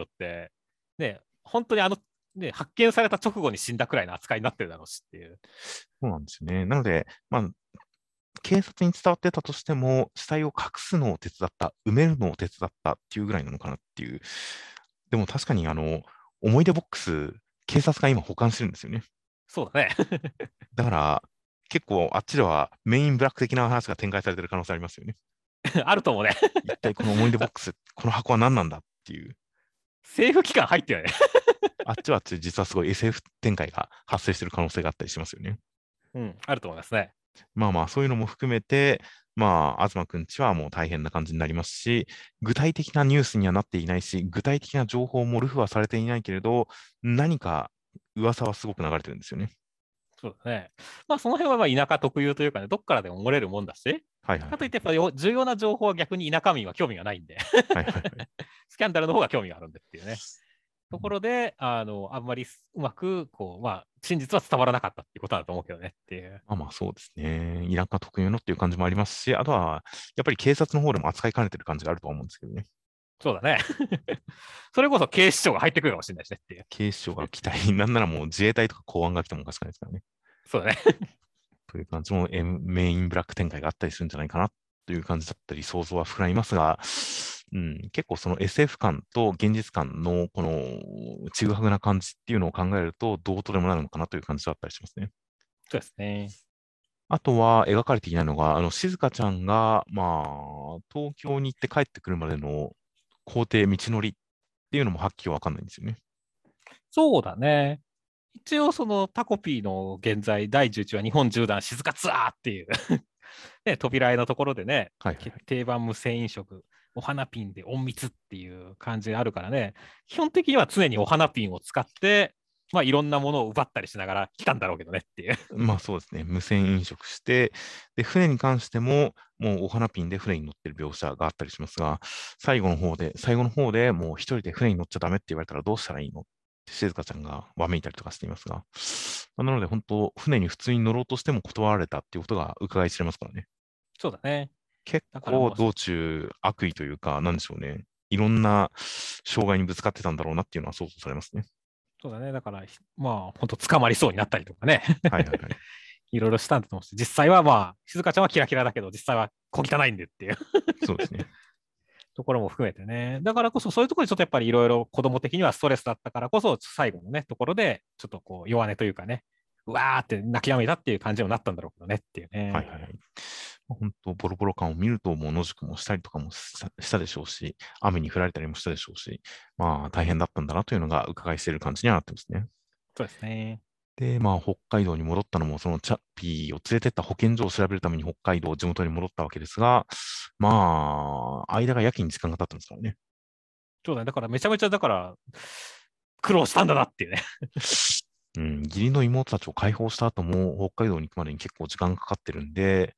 ね、本当にね、発見された直後に死んだくらいの扱いになってるだろうしっていう。 そうなんですよね。なので、まあ、警察に伝わってたとしても、死体を隠すのを手伝った、埋めるのを手伝ったっていうぐらいなのかなっていう。でも確かに、思い出ボックス、警察が今保管してるんですよね。 そうだね。 だから、結構あっちではメインブラック的な話が展開されてる可能性ありますよね。 あると思うね。 一体この思い出ボックス、この箱は何なんだっていう。 政府機関入ってるよね。 あっちはあっちで実はすごい SF 展開が発生してる可能性があったりしますよね。 うん、あると思いますね。 まあまあ、そういうのも含めて、まあ、東くんちはもう大変な感じになりますし、具体的なニュースにはなっていないし、具体的な情報もルフはされていないけれど、何か噂はすごく流れてるんですよね。 そうだね。まあ、その辺はまあ田舎特有というかね、どっからでも漏れるもんだし、 はいはいはい。 かといって、やっぱり重要な情報は逆に田舎民は興味がないんで、 はいはいはい。 スキャンダルの方が興味があるんでっていうね。ところで、あんまりうまく、こう、まあ、真実は伝わらなかったっていうことだと思うけどねっていう。 まあまあそうですね。田舎特有のっていう感じもありますし、あとは、やっぱり警察の方でも扱いかねてる感じがあるとは思うんですけどね。 そうだね。それこそ警視庁が入ってくるかもしれないしねっていう。 警視庁が来たり、なんならもう自衛隊とか公安が来てもおかしくないですからね。 そうだね。 という感じのメインブラック展開があったりするんじゃないかなという感じだったり、想像は膨らみますが、結構その SF 感と現実感のこのちぐはぐな感じっていうのを考えると、どうとでもなるのかなという感じだったりしますね。 そうですね。 あとは描かれていないのが、静香ちゃんが、まあ、東京に行って帰ってくるまでの工程、道のりっていうのもはっきりわかんないんですよね。 そうだね。一応、そのタコピーの現在、第11話、日本縦断静かツアーっていうね、扉絵のところでね、 はいはいはい。 定番無繊飲食、お花ピンで隠密っていう感じがあるからね、基本的には常にお花ピンを使って、まあ、いろんなものを奪ったりしながら来たんだろうけどねっていう。 まあそうですね。無線飲食して、で、船に関しても、もうお花ピンで船に乗ってる描写があったりしますが、最後の方でもう一人で船に乗っちゃダメって言われたらどうしたらいいのって静香ちゃんがわめいたりとかしていますが、なので本当、船に普通に乗ろうとしても断られたっていうことが伺い知れますからね。 そうだね。 結だからもう、 構道中悪意というか、なんでしょうね。いろんな障害にぶつかってたんだろうなっていうのは想像されますね。 そうだね。だから、まあ、本当捕まりそうになったりとかね。 はいはいはい。 いろいろしたんだと思うし、実際はまあ、静香ちゃんはキラキラだけど、実際は小汚いんでっていうそうですね。 ところも含めてね。だからこそ、そういうところにちょっとやっぱりいろいろ子供的にはストレスだったからこそ、最後のね、ところで、ちょっとこう、弱音というかね、うわーって泣き止めたっていう感じにもなったんだろうけどねっていうね。 はいはいはい。本当、ボロボロ感を見ると、もう野宿もしたりとかもしたでしょうし、雨に降られたりもしたでしょうし、まあ大変だったんだなというのが伺いしている感じにはなってますね。 そうですね。 で、まあ北海道に戻ったのも、そのチャッピーを連れてった保健所を調べるために北海道、地元に戻ったわけですが、まあ、間がやけに時間が経ったんですからね。 そうだね。だからめちゃめちゃ、だから、苦労したんだなっていうね。 義理の妹たちを解放した後も北海道に行くまでに結構時間がかかってるんで、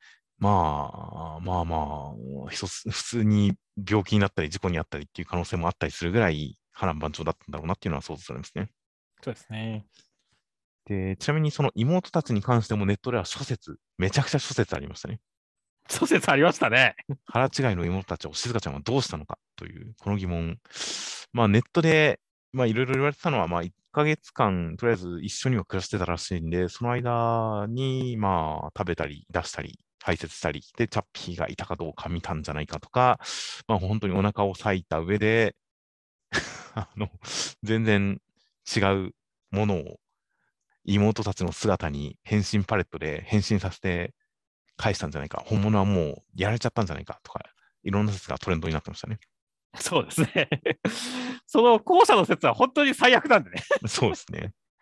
普通に病気になったり事故にあったりっていう可能性もあったりするぐらい波乱万丈だったんだろうなっていうのは想像されますね。 そうですね。 で、ちなみにその妹たちに関してもネットではめちゃくちゃ諸説ありましたね。 諸説ありましたね。 腹違いの妹たちを静香ちゃんはどうしたのかという、この疑問。まあネットで、まあいろいろ言われてたのは、まあ1ヶ月間、とりあえず一緒には暮らしてたらしいんで、その間に、まあ食べたり出したり、排泄したり、で、チャッピーがいたかどうか見たんじゃないかとか、まあ本当にお腹を裂いた上で、あの、全然違うものを妹たちの姿に変身パレットで変身させて返したんじゃないか、本物はもうやられちゃったんじゃないかとか、いろんな説がトレンドになってましたね。 そうですね。その後者の説は本当に最悪なんでね。 そうですね。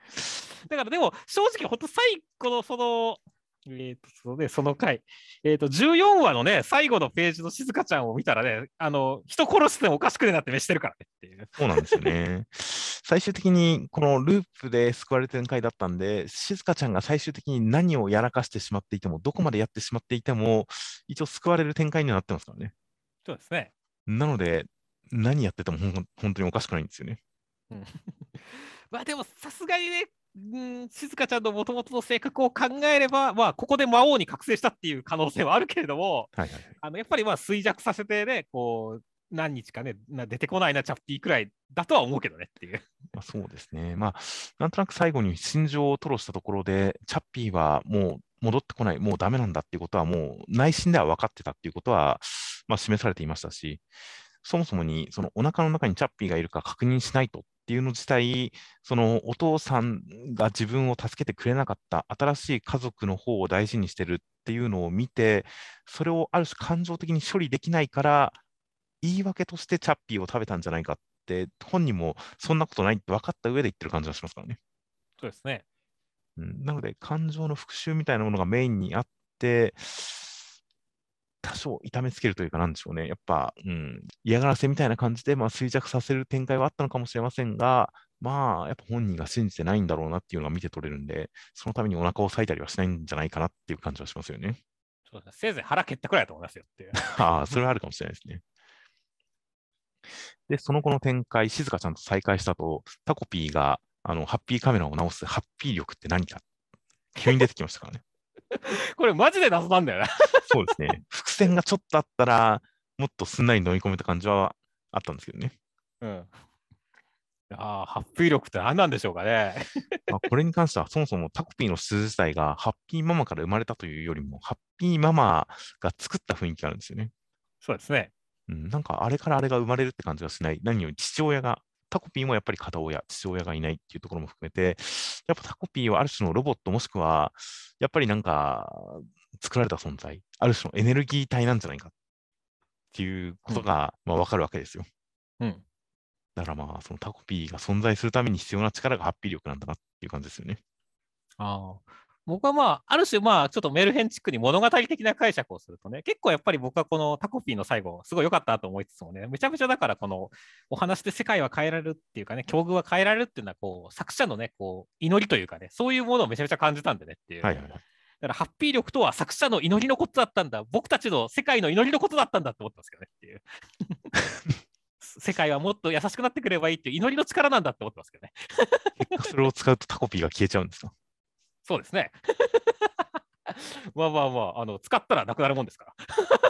だからでも、正直、本当最後のその回、14話のね、最後のページの静香ちゃんを見たらね、人殺してもおかしくねなって目してるからねっていう。 そうなんですよね。最終的にこのループで救われる展開だったんで、静香ちゃんが最終的に何をやらかしてしまっていても、どこまでやってしまっていても、一応救われる展開にはなってますからね。 そうですね。 なので、何やってても本当におかしくないんですよね。 うん、まあでも、さすがにね、静香ちゃんのもともとの性格を考えれば、まあ、ここで魔王に覚醒したっていう可能性はあるけれども、 はいはいはい。 やっぱりまあ衰弱させてね、何日かね、出てこないな、チャッピーくらいだとは思うけどねっていう。 まあ、そうですね。まあ、なんとなく最後に心情を吐露したところで、チャッピーはもう戻ってこない、もうダメなんだっていうことは、もう内心では分かってたっていうことは、まあ、示されていましたし、そもそもに、そのお腹の中にチャッピーがいるか確認しないとっていうの自体、そのお父さんが自分を助けてくれなかった新しい家族の方を大事にしてるっていうのを見て、それをある種感情的に処理できないから、言い訳としてチャッピーを食べたんじゃないかって、本人もそんなことないって分かった上で言ってる感じがしますからね。 そうですね。 なので、感情の復讐みたいなものがメインにあって、多少痛めつけるというか、なんでしょうね。やっぱ、嫌がらせみたいな感じで、まあ、衰弱させる展開はあったのかもしれませんが、まあ、やっぱ本人が信じてないんだろうなっていうのが見て取れるんで、そのためにお腹を裂いたりはしないんじゃないかなっていう感じはしますよね。 そうですね、せいぜい腹蹴ったくらいだと思いますよっていう。 ああ、それはあるかもしれないですね。で、その後の展開、静香ちゃんと再会したと、タコピーが、ハッピーカメラを直すハッピー力って何か、急に出てきましたからね。 これマジで謎なんだよな。 そうですね。伏線がちょっとあったら、もっとすんなり飲み込めた感じはあったんですけどね。 うん。ハッピー力って何なんでしょうかね。 まあ、これに関しては、そもそもタコピーの質自体がハッピーママから生まれたというよりも、ハッピーママが作った雰囲気があるんですよね。 そうですね。 なんかあれからあれが生まれるって感じがしない。何より父親が、タコピーもやっぱり片親、父親がいないっていうところも含めて、やっぱタコピーはある種のロボットもしくは、やっぱりなんか作られた存在、ある種のエネルギー体なんじゃないかっていうことが、まあ、わかるわけですよ。 うん。 だからまあ、そのタコピーが存在するために必要な力がハッピー力なんだなっていう感じですよね。 僕はまあ、ある種まあ、ちょっとメルヘンチックに物語的な解釈をするとね、結構やっぱり僕はこのタコピーの最後、すごい良かったと思いつつもね、めちゃめちゃだからこのお話で世界は変えられるっていうかね、境遇は変えられるっていうのは、作者のね、祈りというかね、そういうものをめちゃめちゃ感じたんでねっていう。 はいはいはい。 だからハッピー力とは作者の祈りのことだったんだ、僕たちの世界の祈りのことだったんだって思ってますけどねっていう。世界はもっと優しくなってくればいいっていう祈りの力なんだって思ってますけどね。 結果それを使うとタコピーが消えちゃうんですか？ そうですね。まあまあまあ、使ったらなくなるもんですから。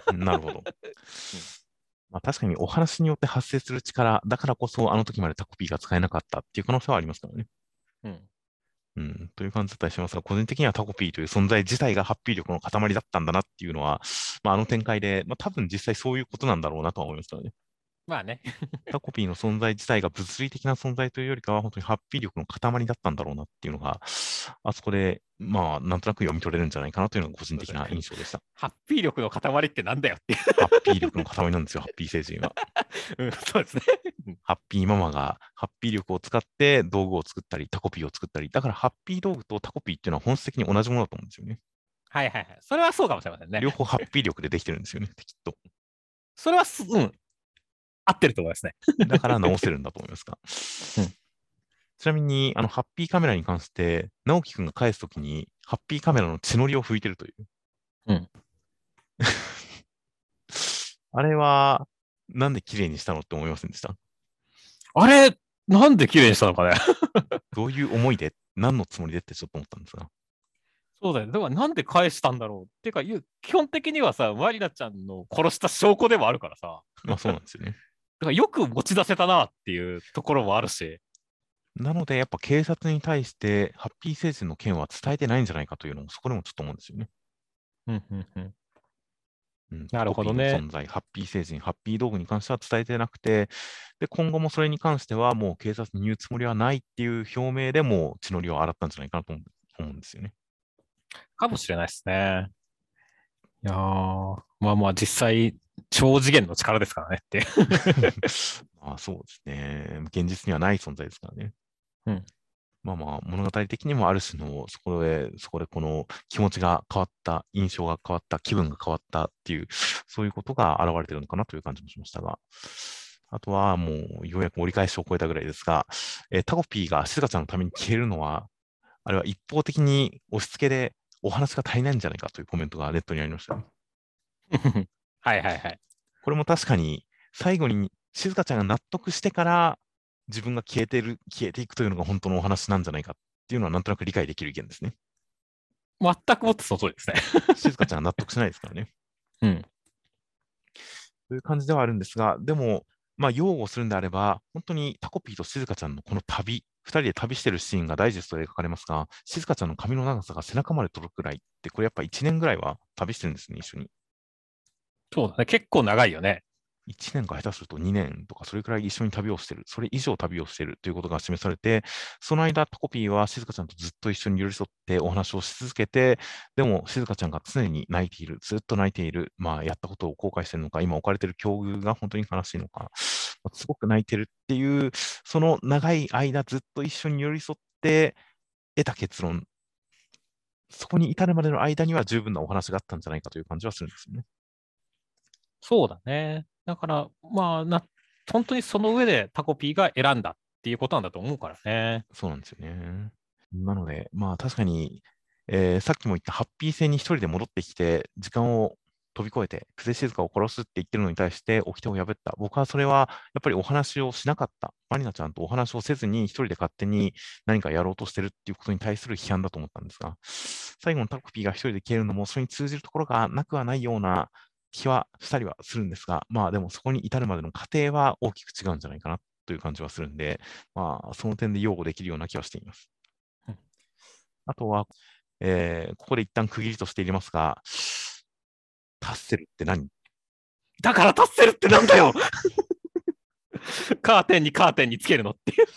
なるほど。 うん、 まあ、確かにお話によって発生する力、だからこそあの時までタコピーが使えなかったっていう可能性はありますからね。 うん。 という感じだったりしますが、個人的にはタコピーという存在自体がハッピー力の塊だったんだなっていうのは、まあ、あの展開で、まあ、多分実際そういうことなんだろうなとは思いますからね。 まあね。 タコピーの存在自体が物理的な存在というよりかは、本当にハッピー力の塊だったんだろうなっていうのが、あそこで、まあ、なんとなく読み取れるんじゃないかなというのが個人的な印象でした。 ハッピー力の塊ってなんだよっていう。 ハッピー力の塊なんですよ、ハッピー星人は。 うん、そうですね。 ハッピーママがハッピー力を使って道具を作ったり、タコピーを作ったり、だからハッピー道具とタコピーっていうのは本質的に同じものだと思うんですよね。 はいはいはい。それはそうかもしれませんね。 両方ハッピー力でできてるんですよね、きっと。 それは合ってると思いますね。 だから直せるんだと思いますが。 うん、 ちなみに、ハッピーカメラに関して、直樹くんが返すときに、ハッピーカメラの血のりを拭いてるという。 うん。 あれは、なんで綺麗にしたのって思いませんでした？ あれ、なんで綺麗にしたのかね。 どういう思いで、何のつもりでってちょっと思ったんですが。 そうだよね。でもなんで返したんだろうっていうか、基本的にはさ、マリナちゃんの殺した証拠でもあるからさ、 まあそうなんですよね。 だからよく持ち出せたなっていうところもあるし。 なので、やっぱ警察に対して、ハッピー星人の件は伝えてないんじゃないかというのも、そこでもちょっと思うんですよね。 うんうんうん。なるタコピーほどね。 の存在、ハッピー星人、ハッピー道具に関しては伝えてなくて、で、今後もそれに関しては、もう警察に言うつもりはないっていう表明でもう血のりを洗ったんじゃないかなと思うんですよね。 かもしれないですね。いやー、まあまあ実際、超次元の力ですからねって。 まあそうですね。現実にはない存在ですからね。 うん。 まあまあ、物語的にもある種の、そこでこの気持ちが変わった、印象が変わった、気分が変わったっていう、そういうことが現れてるのかなという感じもしましたが、あとはもう、ようやく折り返しを超えたぐらいですが、タコピーが静香ちゃんのために消えるのは、あれは一方的に押し付けでお話が足りないんじゃないかというコメントがネットにありましたね。 はいはいはい。 これも確かに、最後に静香ちゃんが納得してから自分が消えていくというのが本当のお話なんじゃないかっていうのはなんとなく理解できる意見ですね。 全くもってその通りですね。 静香ちゃんが納得しないですからね。 うん。 という感じではあるんですが、でも、まあ、擁護するんであれば、本当にタコピーと静香ちゃんのこの旅、二人で旅してるシーンがダイジェストで描かれますが、静香ちゃんの髪の長さが背中まで届くくらいって、これやっぱ1年ぐらいは旅してるんですね、一緒に。 そうだね。結構長いよね。 1年か下手すると2年とか、それくらい一緒に旅をしてる、それ以上旅をしてるということが示されて、その間、タコピーは静香ちゃんとずっと一緒に寄り添ってお話をし続けて、でも静香ちゃんが常に泣いている、ずっと泣いている、まあ、やったことを後悔してるのか、今置かれている境遇が本当に悲しいのか、すごく泣いてるっていう、その長い間ずっと一緒に寄り添って得た結論、そこに至るまでの間には十分なお話があったんじゃないかという感じはするんですよね。 そうだね。だから、まあ本当にその上でタコピーが選んだっていうことなんだと思うからね。 そうなんですよね。なので、まあ確かに、さっきも言ったハッピー星に一人で戻ってきて、時間を飛び越えて、久世静香を殺すって言ってるのに対して、掟を破った。僕はそれは、やっぱりお話をしなかった。マリナちゃんとお話をせずに、一人で勝手に何かやろうとしてるっていうことに対する批判だと思ったんですが、最後のタコピーが一人で消えるのも、それに通じるところがなくはないような気はしたりはするんですが、まあでもそこに至るまでの過程は大きく違うんじゃないかなという感じはするんで、まあその点で擁護できるような気はしています。 うん。 あとは、ここで一旦区切りとして入れますが、タッセルって何？ だからタッセルってなんだよカーテンにカーテンにつけるのっていう。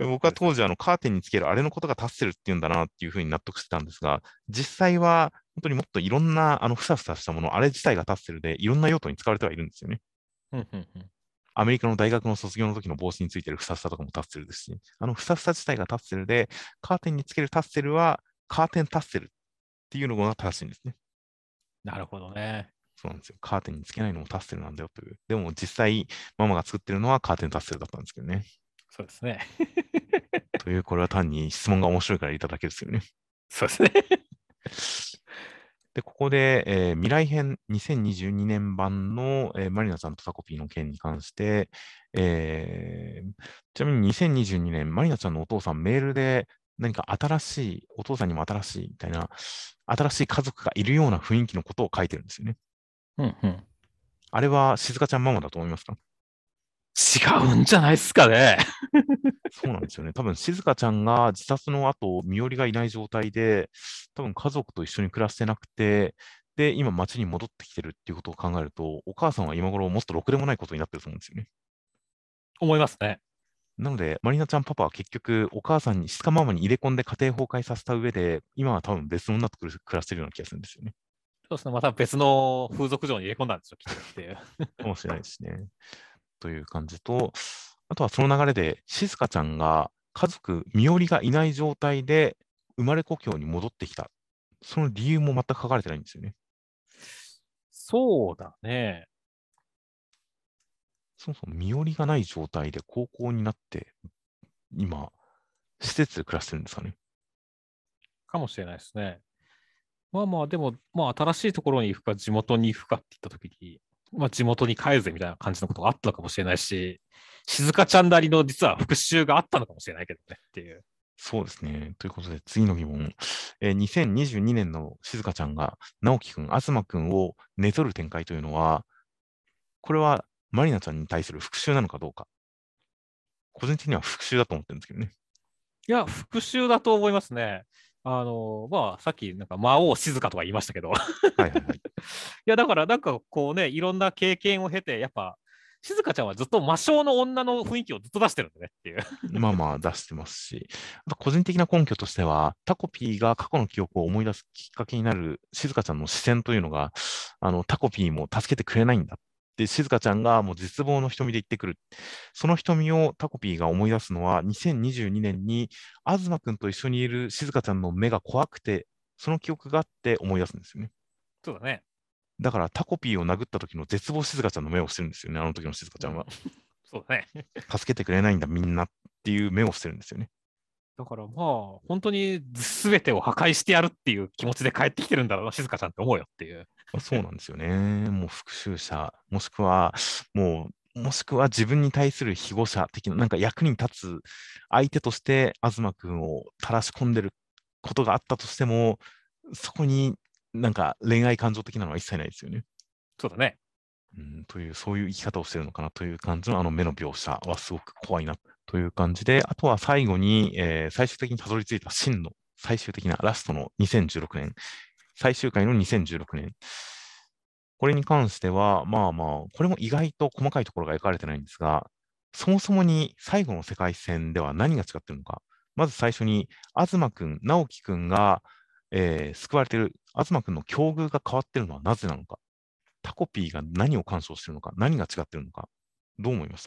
僕は当時カーテンにつけるあれのことがタッセルって言うんだなっていうふうに納得してたんですが、実際は本当にもっといろんなふさふさしたもの、あれ自体がタッセルでいろんな用途に使われてはいるんですよね。 うんうんうん。 アメリカの大学の卒業の時の帽子についてるふさふさとかもタッセルですし、ふさふさ自体がタッセルで、カーテンにつけるタッセルはカーテンタッセルっていうのが正しいんですね。 なるほどね。 そうなんですよ。カーテンにつけないのもタッセルなんだよという。でも実際、ママが作ってるのはカーテンタッセルだったんですけどね。 そうですね。 という、これは単に質問が面白いから言っただけですよね。 そうですね。 で、ここで、未来編2022年版の、マリナさんとタコピーの件に関して、ちなみに2022年、マリナちゃんのお父さんメールで何か新しい、お父さんにも新しいみたいな、新しい家族がいるような雰囲気のことを書いてるんですよね。 うんうん。 あれは静香ちゃんママだと思いますか？ 違うんじゃないですかね。 そうなんですよね。多分、静香ちゃんが自殺の後、身寄りがいない状態で、多分家族と一緒に暮らしてなくて、で、今街に戻ってきてるっていうことを考えると、お母さんは今頃もっとろくでもないことになってると思うんですよね。 思いますね。 なので、マリナちゃんパパは結局、お母さんに、静香ママに入れ込んで家庭崩壊させた上で、今は多分別の女と暮らしてるような気がするんですよね。 そうですね。また別の風俗嬢に入れ込んだんでしょ、きっとっていう。 かもしれないですね。という感じと、あとはその流れで、静香ちゃんが家族、身寄りがいない状態で生まれ故郷に戻ってきた。その理由も全く書かれてないんですよね。 そうだね。 そもそも身寄りがない状態で高校になって、今、施設で暮らしてるんですかね。 かもしれないですね。まあまあ、でも、まあ、新しいところに行くか、地元に行くかって言ったときに、まあ、地元に帰るぜみたいな感じのことがあったのかもしれないし、静香ちゃんなりの実は復讐があったのかもしれないけどねっていう。 そうですね。ということで、次の疑問。2022年の静香ちゃんが、直樹くん、東くんを寝取る展開というのは、これはマリナちゃんに対する復讐なのかどうか。個人的には復讐だと思ってるんですけどね。 いや、復讐だと思いますね。まあ、さっき、なんか魔王静香とか言いましたけど、いはいはいはい。 や、だから、なんかこうね、いろんな経験を経て、やっぱ、静香ちゃんはずっと魔性の女の雰囲気をずっと出してるんだねっていう。 まあまあ出してますし、あと個人的な根拠としては、タコピーが過去の記憶を思い出すきっかけになる静香ちゃんの視線というのが、タコピーも助けてくれないんだっで、静香ちゃんがもう絶望の瞳で言ってくる。その瞳をタコピーが思い出すのは、2022年に東くんと一緒にいる静香ちゃんの目が怖くて、その記憶があって思い出すんですよね。 そうだね。 だからタコピーを殴った時の絶望静香ちゃんの目をしてるんですよね、あの時の静香ちうん。 ゃんは。 そうだね。 助けてくれないんだ、みんなっていう目をしてるんですよね。 だからまあ、本当に全てを破壊してやるっていう気持ちで帰ってきてるんだろうな、静香ちゃんって思うよっていう。 まあ、そうなんですよね。もう復讐者、もしくは自分に対する庇護者的な、なんか役に立つ相手として東君を垂らし込んでることがあったとしても、そこになんか恋愛感情的なのは一切ないですよね。 そうだね。 という、そういう生き方をしてるのかなという感じのあの目の描写はすごく怖いなという感じで、あとは最後に、最終的にたどり着いた真の最終的なラストの2016年、最終回の2016年。これに関しては、まあまあ、これも意外と細かいところが描かれてないんですが、そもそもに最後の世界線では何が違っているのか。まず最初に、東くん、直樹くんが、救われている、東くんの境遇が変わっているのはなぜなのか。タコピーが何を干渉しているのか、何が違っているのか。どう思いました？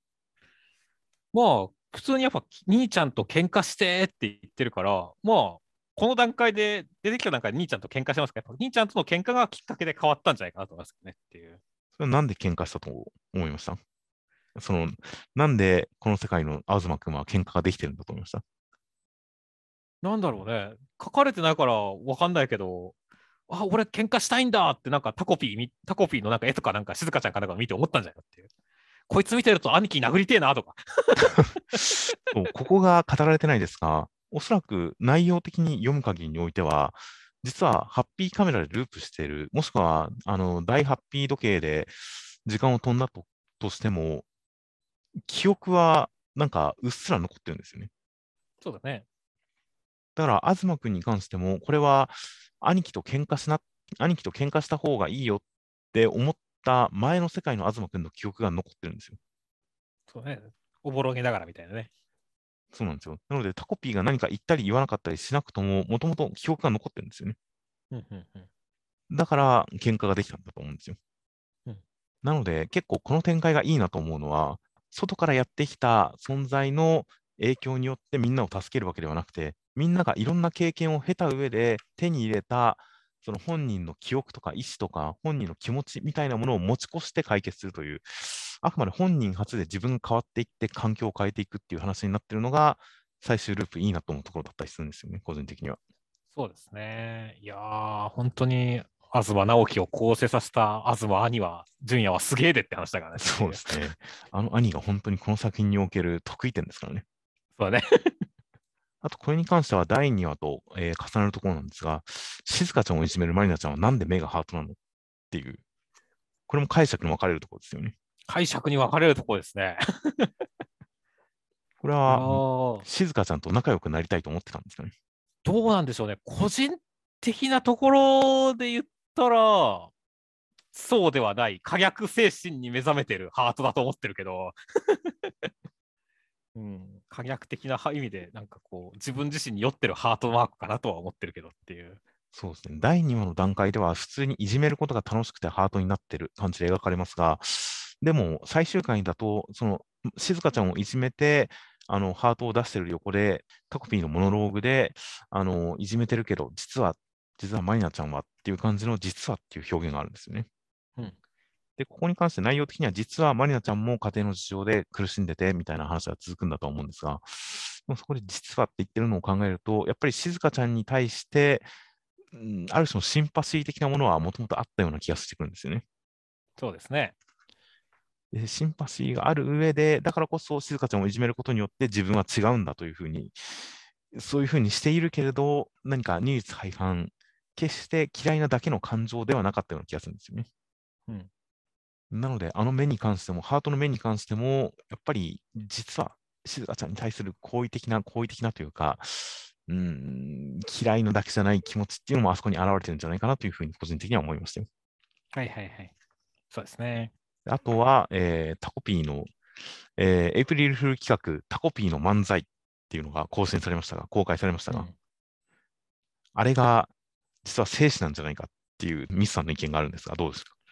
まあ、普通にやっぱ兄ちゃんと喧嘩してって言ってるから、まあ、この段階で出てきた段階で兄ちゃんと喧嘩してますけど、やっぱ兄ちゃんとの喧嘩がきっかけで変わったんじゃないかなと思いますねっていう。 それはなんで喧嘩したと思いました？その、なんでこの世界の東くんは喧嘩ができてるんだと思いました？ なんだろうね。書かれてないからわかんないけど、あ、俺喧嘩したいんだってなんかタコピーのなんか絵とかなんか静香ちゃんかなんか見て思ったんじゃないかっていう。こいつ見てると兄貴殴りてえなとか。 そう、ここが語られてないですが、おそらく内容的に読む限りにおいては、実はハッピーカメラでループしている、もしくは大ハッピー時計で時間を飛んだとしても、記憶はなんかうっすら残ってるんですよね。 そうだね。 だから、東君に関しても、これは兄貴と喧嘩しな、兄貴と喧嘩した方がいいよって思った前の世界の東君の記憶が残ってるんですよ。 そうね。おぼろげながらみたいなね。 そうなんですよ。なので、タコピーが何か言ったり言わなかったりしなくとも、もともと記憶が残ってるんですよね。 うんうんうん。 だから、喧嘩ができたんだと思うんですよ。 うん、 なので、結構この展開がいいなと思うのは、外からやってきた存在の影響によってみんなを助けるわけではなくて、みんながいろんな経験を経た上で手に入れた、その本人の記憶とか意思とか、本人の気持ちみたいなものを持ち越して解決するという、あくまで本人初で自分が変わっていって、環境を変えていくっていう話になっているのが、最終ループいいなと思うところだったりするんですよね、個人的には。 そうですね。いやー、本当に東直樹を構成させた東兄は、純也はすげえでって話だからねっていう。 そうですね。あの兄が本当にこの作品における得意点ですからね。 そうだね。 あと、これに関しては第2話と、重なるところなんですが、静香ちゃんをいじめるマリナちゃんはなんで目がハートなのっていう、これも解釈の分かれるところですよね。 解釈に分かれるところですね。いやこれは、 ー、 静香ちゃんと仲良くなりたいと思ってたんですかね。 どうなんでしょうね。個人的なところで言ったら、そうではない、可逆精神に目覚めてるハートだと思ってるけど、うん、可逆的な意味で、なんかこう、自分自身に酔ってるハートマークかなとは思ってるけどっていう。 そうですね。第2話の段階では、普通にいじめることが楽しくてハートになってる感じで描かれますが、でも、最終回だと、静香ちゃんをいじめて、ハートを出してる横で、タコピーのモノローグで、いじめてるけど、実はマリナちゃんはっていう感じの、実はっていう表現があるんですよね。 うん、 で、ここに関して内容的には、実はマリナちゃんも家庭の事情で苦しんでてみたいな話が続くんだと思うんですが、でもそこで実はって言ってるのを考えると、やっぱり静香ちゃんに対して、ある種のシンパシー的なものはもともとあったような気がしてくるんですよね。 そうですね。 でシンパシーがある上で、だからこそ静香ちゃんをいじめることによって自分は違うんだというふうに、そういうふうにしているけれど、何か二律背反、決して嫌いなだけの感情ではなかったような気がするんですよね。 うん、 なので、あの目に関しても、ハートの目に関しても、やっぱり実は静香ちゃんに対する好意的なというか、嫌いなだけじゃない気持ちっていうのもあそこに現れてるんじゃないかなというふうに個人的には思いましたよ。 はいはいはい。そうですね。 あとは、タコピーの、エイプリルフール企画、タコピーの漫才っていうのが公開されましたが、 うん。 あれが実は生死なんじゃないかっていうミスさんの意見があるんですが、どうですか？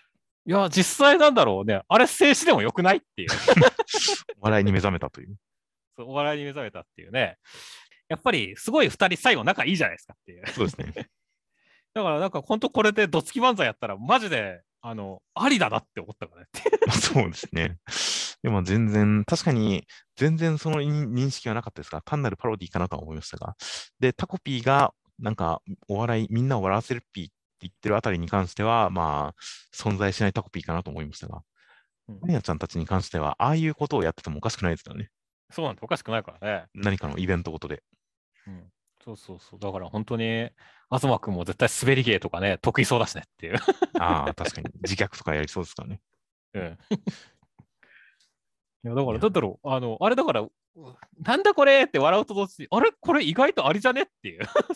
いや、実際なんだろうね。あれ、静止でもよくないっていう。 笑いに目覚めたという。 そうお笑いに目覚めたっていうね。やっぱり、すごい2人最後仲いいじゃないですかっていう。 そうですね。 だからなんか本当これでどつき漫才やったらマジでありだなって思ったからねって。 まあ、そうですね。でも全然、確かに全然その認識はなかったですが、単なるパロディかなとは思いましたが。で、タコピーがなんかお笑い、みんなを笑わせるピーって言ってるあたりに関しては、まあ、存在しないタコピーかなと思いましたが、 うん、 マリナちゃんたちに関しては、ああいうことをやっててもおかしくないですからね。 そうなんておかしくないからね。 何かのイベントごとで。 うん、そうそうそう。だから本当に、東君も絶対滑り芸とかね、得意そうだしねっていう。 ああ、確かに。自虐とかやりそうですからね。 うん。いや、だから、 いや、 だったら、あれだから、なんだこれって笑うと同時に、あれこれ意外とありじゃねっていう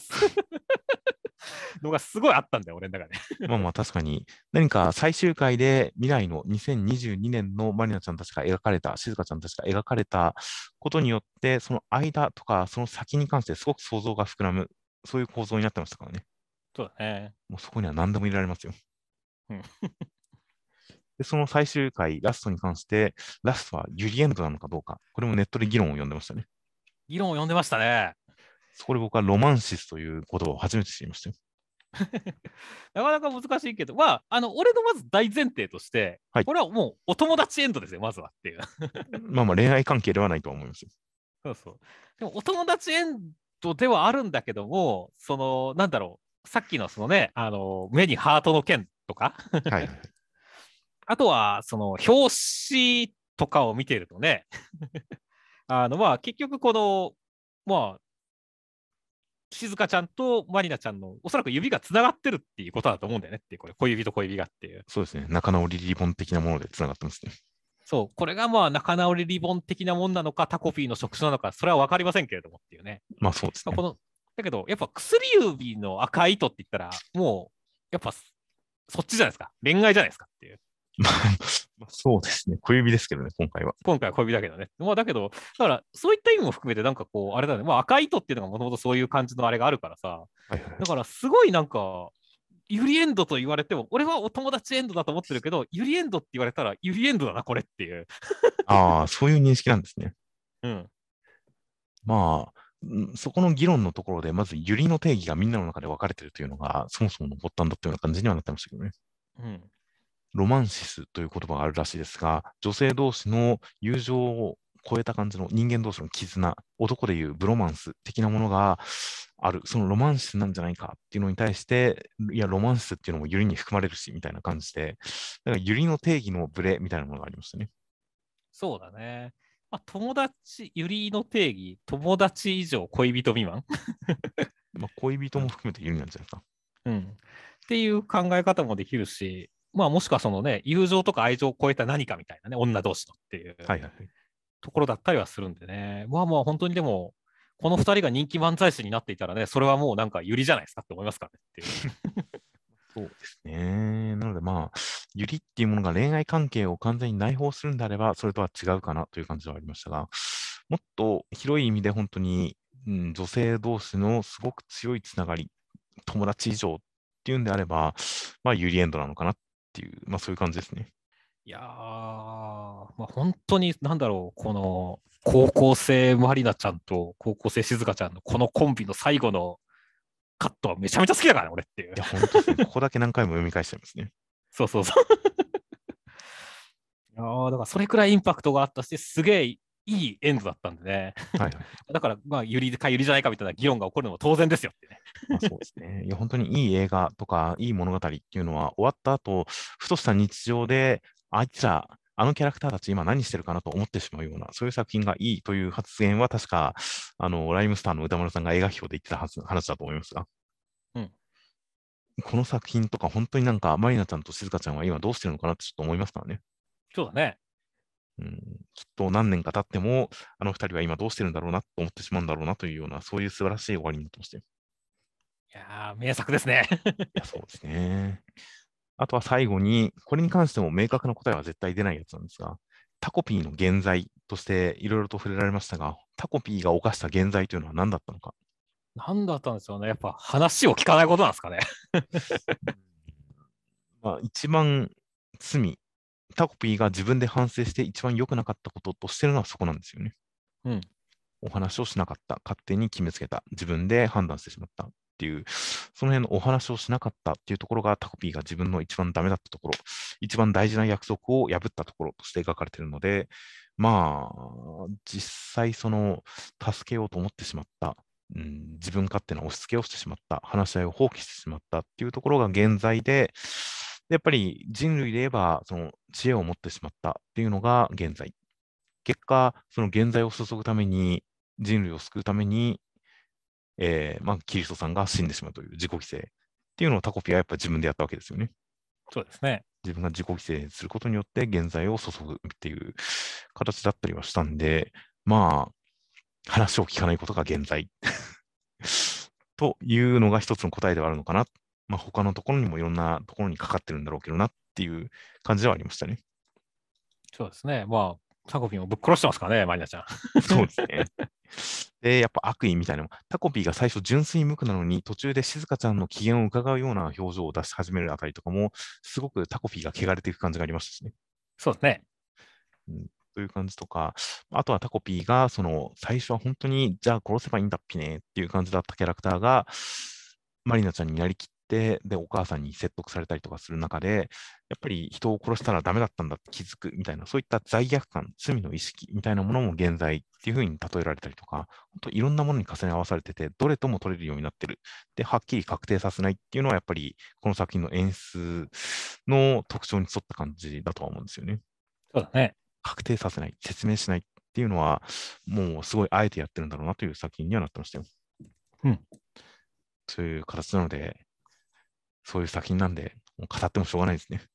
のがすごいあったんだよ、俺の中で。 まあまあ確かに、何か最終回で未来の2022年のマリナちゃんたちが描かれた、静香ちゃんたちが描かれたことによって、その間とか、その先に関してすごく想像が膨らむ、そういう構造になってましたからね。 そうだね。 もうそこには何でも入れられますよ。 うん。 で、その最終回、ラストに関して、ラストはユリエンドなのかどうか、これもネットで議論を呼んでましたね。 議論を読んでましたね。 そこで僕はロマンシスという言葉を初めて知りましたよ。 なかなか難しいけど、まあ、俺のまず大前提として、 はい。 これはもうお友達エンドですよ、まずはっていう。 まあまあ恋愛関係ではないとは思いますよ。 そうそう。でも、お友達エンドではあるんだけども、なんだろう、さっきのそのね、目にハートの剣とか、 はいはいはい。 あとは、表紙とかを見てるとね、まあ、結局、まあ、静香ちゃんとマリナちゃんのおそらく指がつながってるっていうことだと思うんだよねっていう、これ、小指と小指がっていう。 そうですね。仲直りリボン的なものでつながってますね。 そう、これがまあ仲直りリボン的なもんなのか、タコピーの触手なのか、それは分かりませんけれどもっていうね。 まあそうですね。 まあだけど、やっぱ薬指の赤い糸って言ったら、もう、やっぱそっちじゃないですか。恋愛じゃないですかっていう。 まあ、まあそうですね。小指ですけどね、今回は。 今回は小指だけどね。まあだけど、だからそういった意味も含めて、なんかこう、あれだね。まあ赤い糸っていうのがもともとそういう感じのあれがあるからさ。 はいはい。 だからすごいなんか、ユリエンドと言われても、俺はお友達エンドだと思ってるけど、ユリエンドって言われたら、ユリエンドだな、これっていう。 ああ、そういう認識なんですね。 うん。 まあ、そこの議論のところで、まず、ユリの定義がみんなの中で分かれてるというのが、そもそもの発端だったような感じにはなってましたけどね。 うん。 ロマンシスという言葉があるらしいですが、女性同士の友情を超えた感じの人間同士の絆、男でいうブロマンス的なものがある、そのロマンシスなんじゃないかっていうのに対して、いや、ロマンシスっていうのもユリに含まれるし、みたいな感じで、だからユリの定義のブレみたいなものがありましたね。 そうだね。まあ、友達、ユリの定義、友達以上恋人未満、 まあ、恋人も含めてユリなんじゃないですか。 うん、っていう考え方もできるし、まあ、もしくはそのね、友情とか愛情を超えた何かみたいなね、女同士のっていうはいはいはい。 ところだったりはするんでね。まあまあ、本当にでも、この2人が人気漫才師になっていたらね、それはもうなんかユリじゃないですかって思いますからねっていう。 そうですね。なのでまあ、ユリっていうものが恋愛関係を完全に内包するんであれば、それとは違うかなという感じはありましたが、もっと広い意味で本当に、女性同士のすごく強いつながり、友達以上っていうんであれば、まあ、ユリエンドなのかなっていう、まあそういう感じですね。 いやー、まあ、本当になんだろう、この高校生マリナちゃんと高校生静香ちゃんのこのコンビの最後のカットはめちゃめちゃ好きだからね、俺っていう。 いや、本当ですね。ここだけ何回も読み返しちゃいますね。 そうそうそう。だからそれくらいインパクトがあったし、すげえいいエンドだったんでね。 はいはい。 だから、まあ、ユリかユリじゃないかみたいな議論が起こるのも当然ですよってね。 まあそうですね。いや、本当にいい映画とか、いい物語っていうのは終わった後、ふとした日常で、あいつら、あのキャラクターたち今何してるかなと思ってしまうような、そういう作品がいいという発言は確か、ライムスターの歌丸さんが映画表で言ってた話だと思いますが、 うん。 この作品とか本当になんか、マリナちゃんと静香ちゃんは今どうしてるのかなってちょっと思いますからね。 そうだね。 うん、きっと何年か経っても、あの二人は今どうしてるんだろうなと思ってしまうんだろうなというような、そういう素晴らしい終わりになってましたよ。 いやー、名作ですね。 いや、そうですね。あとは最後に、これに関しても明確な答えは絶対出ないやつなんですが、タコピーの原罪としていろいろと触れられましたが、タコピーが犯した原罪というのは何だったのか。 何だったんでしょうね。やっぱ話を聞かないことなんですかね。 まあ、一番タコピーが自分で反省して一番良くなかったこととしてるのはそこなんですよね。 うん。 お話をしなかった。勝手に決めつけた。自分で判断してしまったっていう、その辺のお話をしなかったっていうところがタコピーが自分の一番ダメだったところ、一番大事な約束を破ったところとして描かれているので、まあ、実際助けようと思ってしまった。自分勝手な押し付けをしてしまった、話し合いを放棄してしまったっていうところが現在で、やっぱり人類で言えば、その知恵を持ってしまったっていうのが現在。結果、その現在を注ぐために、人類を救うために、キリストさんが死んでしまうという自己犠牲っていうのをタコピーはやっぱり自分でやったわけですよね。 そうですね。 自分が自己犠牲することによって現在を注ぐっていう形だったりはしたんで、まあ、話を聞かないことが現在というのが一つの答えではあるのかな。まあ、他のところにもいろんなところにかかってるんだろうけどなっていう感じではありましたね。 そうですね。まあ、タコピーもぶっ殺してますからね、マリナちゃん。 そうですね。で、やっぱ悪意みたいなのも、タコピーが最初純粋無垢なのに、途中で静香ちゃんの機嫌を伺うような表情を出し始めるあたりとかも、すごくタコピーが汚れていく感じがありましたしね。 そうですね。 という感じとか、あとはタコピーが、最初は本当に、じゃあ殺せばいいんだっぴねっていう感じだったキャラクターが、マリナちゃんになりきって、で、お母さんに説得されたりとかする中で、やっぱり人を殺したらダメだったんだって気づくみたいな、そういった罪悪感、罪の意識みたいなものも現在っていうふうに例えられたりとか、本当いろんなものに重ね合わされてて、どれとも取れるようになってる。で、はっきり確定させないっていうのは、やっぱりこの作品の演出の特徴に沿った感じだとは思うんですよね。 そうだね。 確定させない、説明しないっていうのは、もうすごいあえてやってるんだろうなという作品にはなってましたよ。 うん。 そういう形なので、そういう作品なんで、もう語ってもしょうがないですね。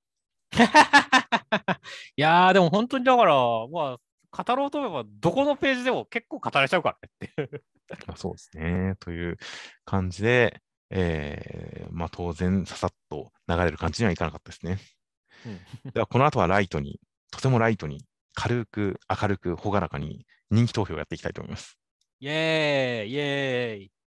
いやー、でも本当にだから、まあ、語ろうと思えば、どこのページでも結構語れちゃうからねって。 まあ、そうですね。という感じで、当然、ささっと流れる感じにはいかなかったですね。 うん。 では、この後はライトに、とてもライトに、軽く、明るく、朗らかに人気投票をやっていきたいと思います。 イエーイイエーイ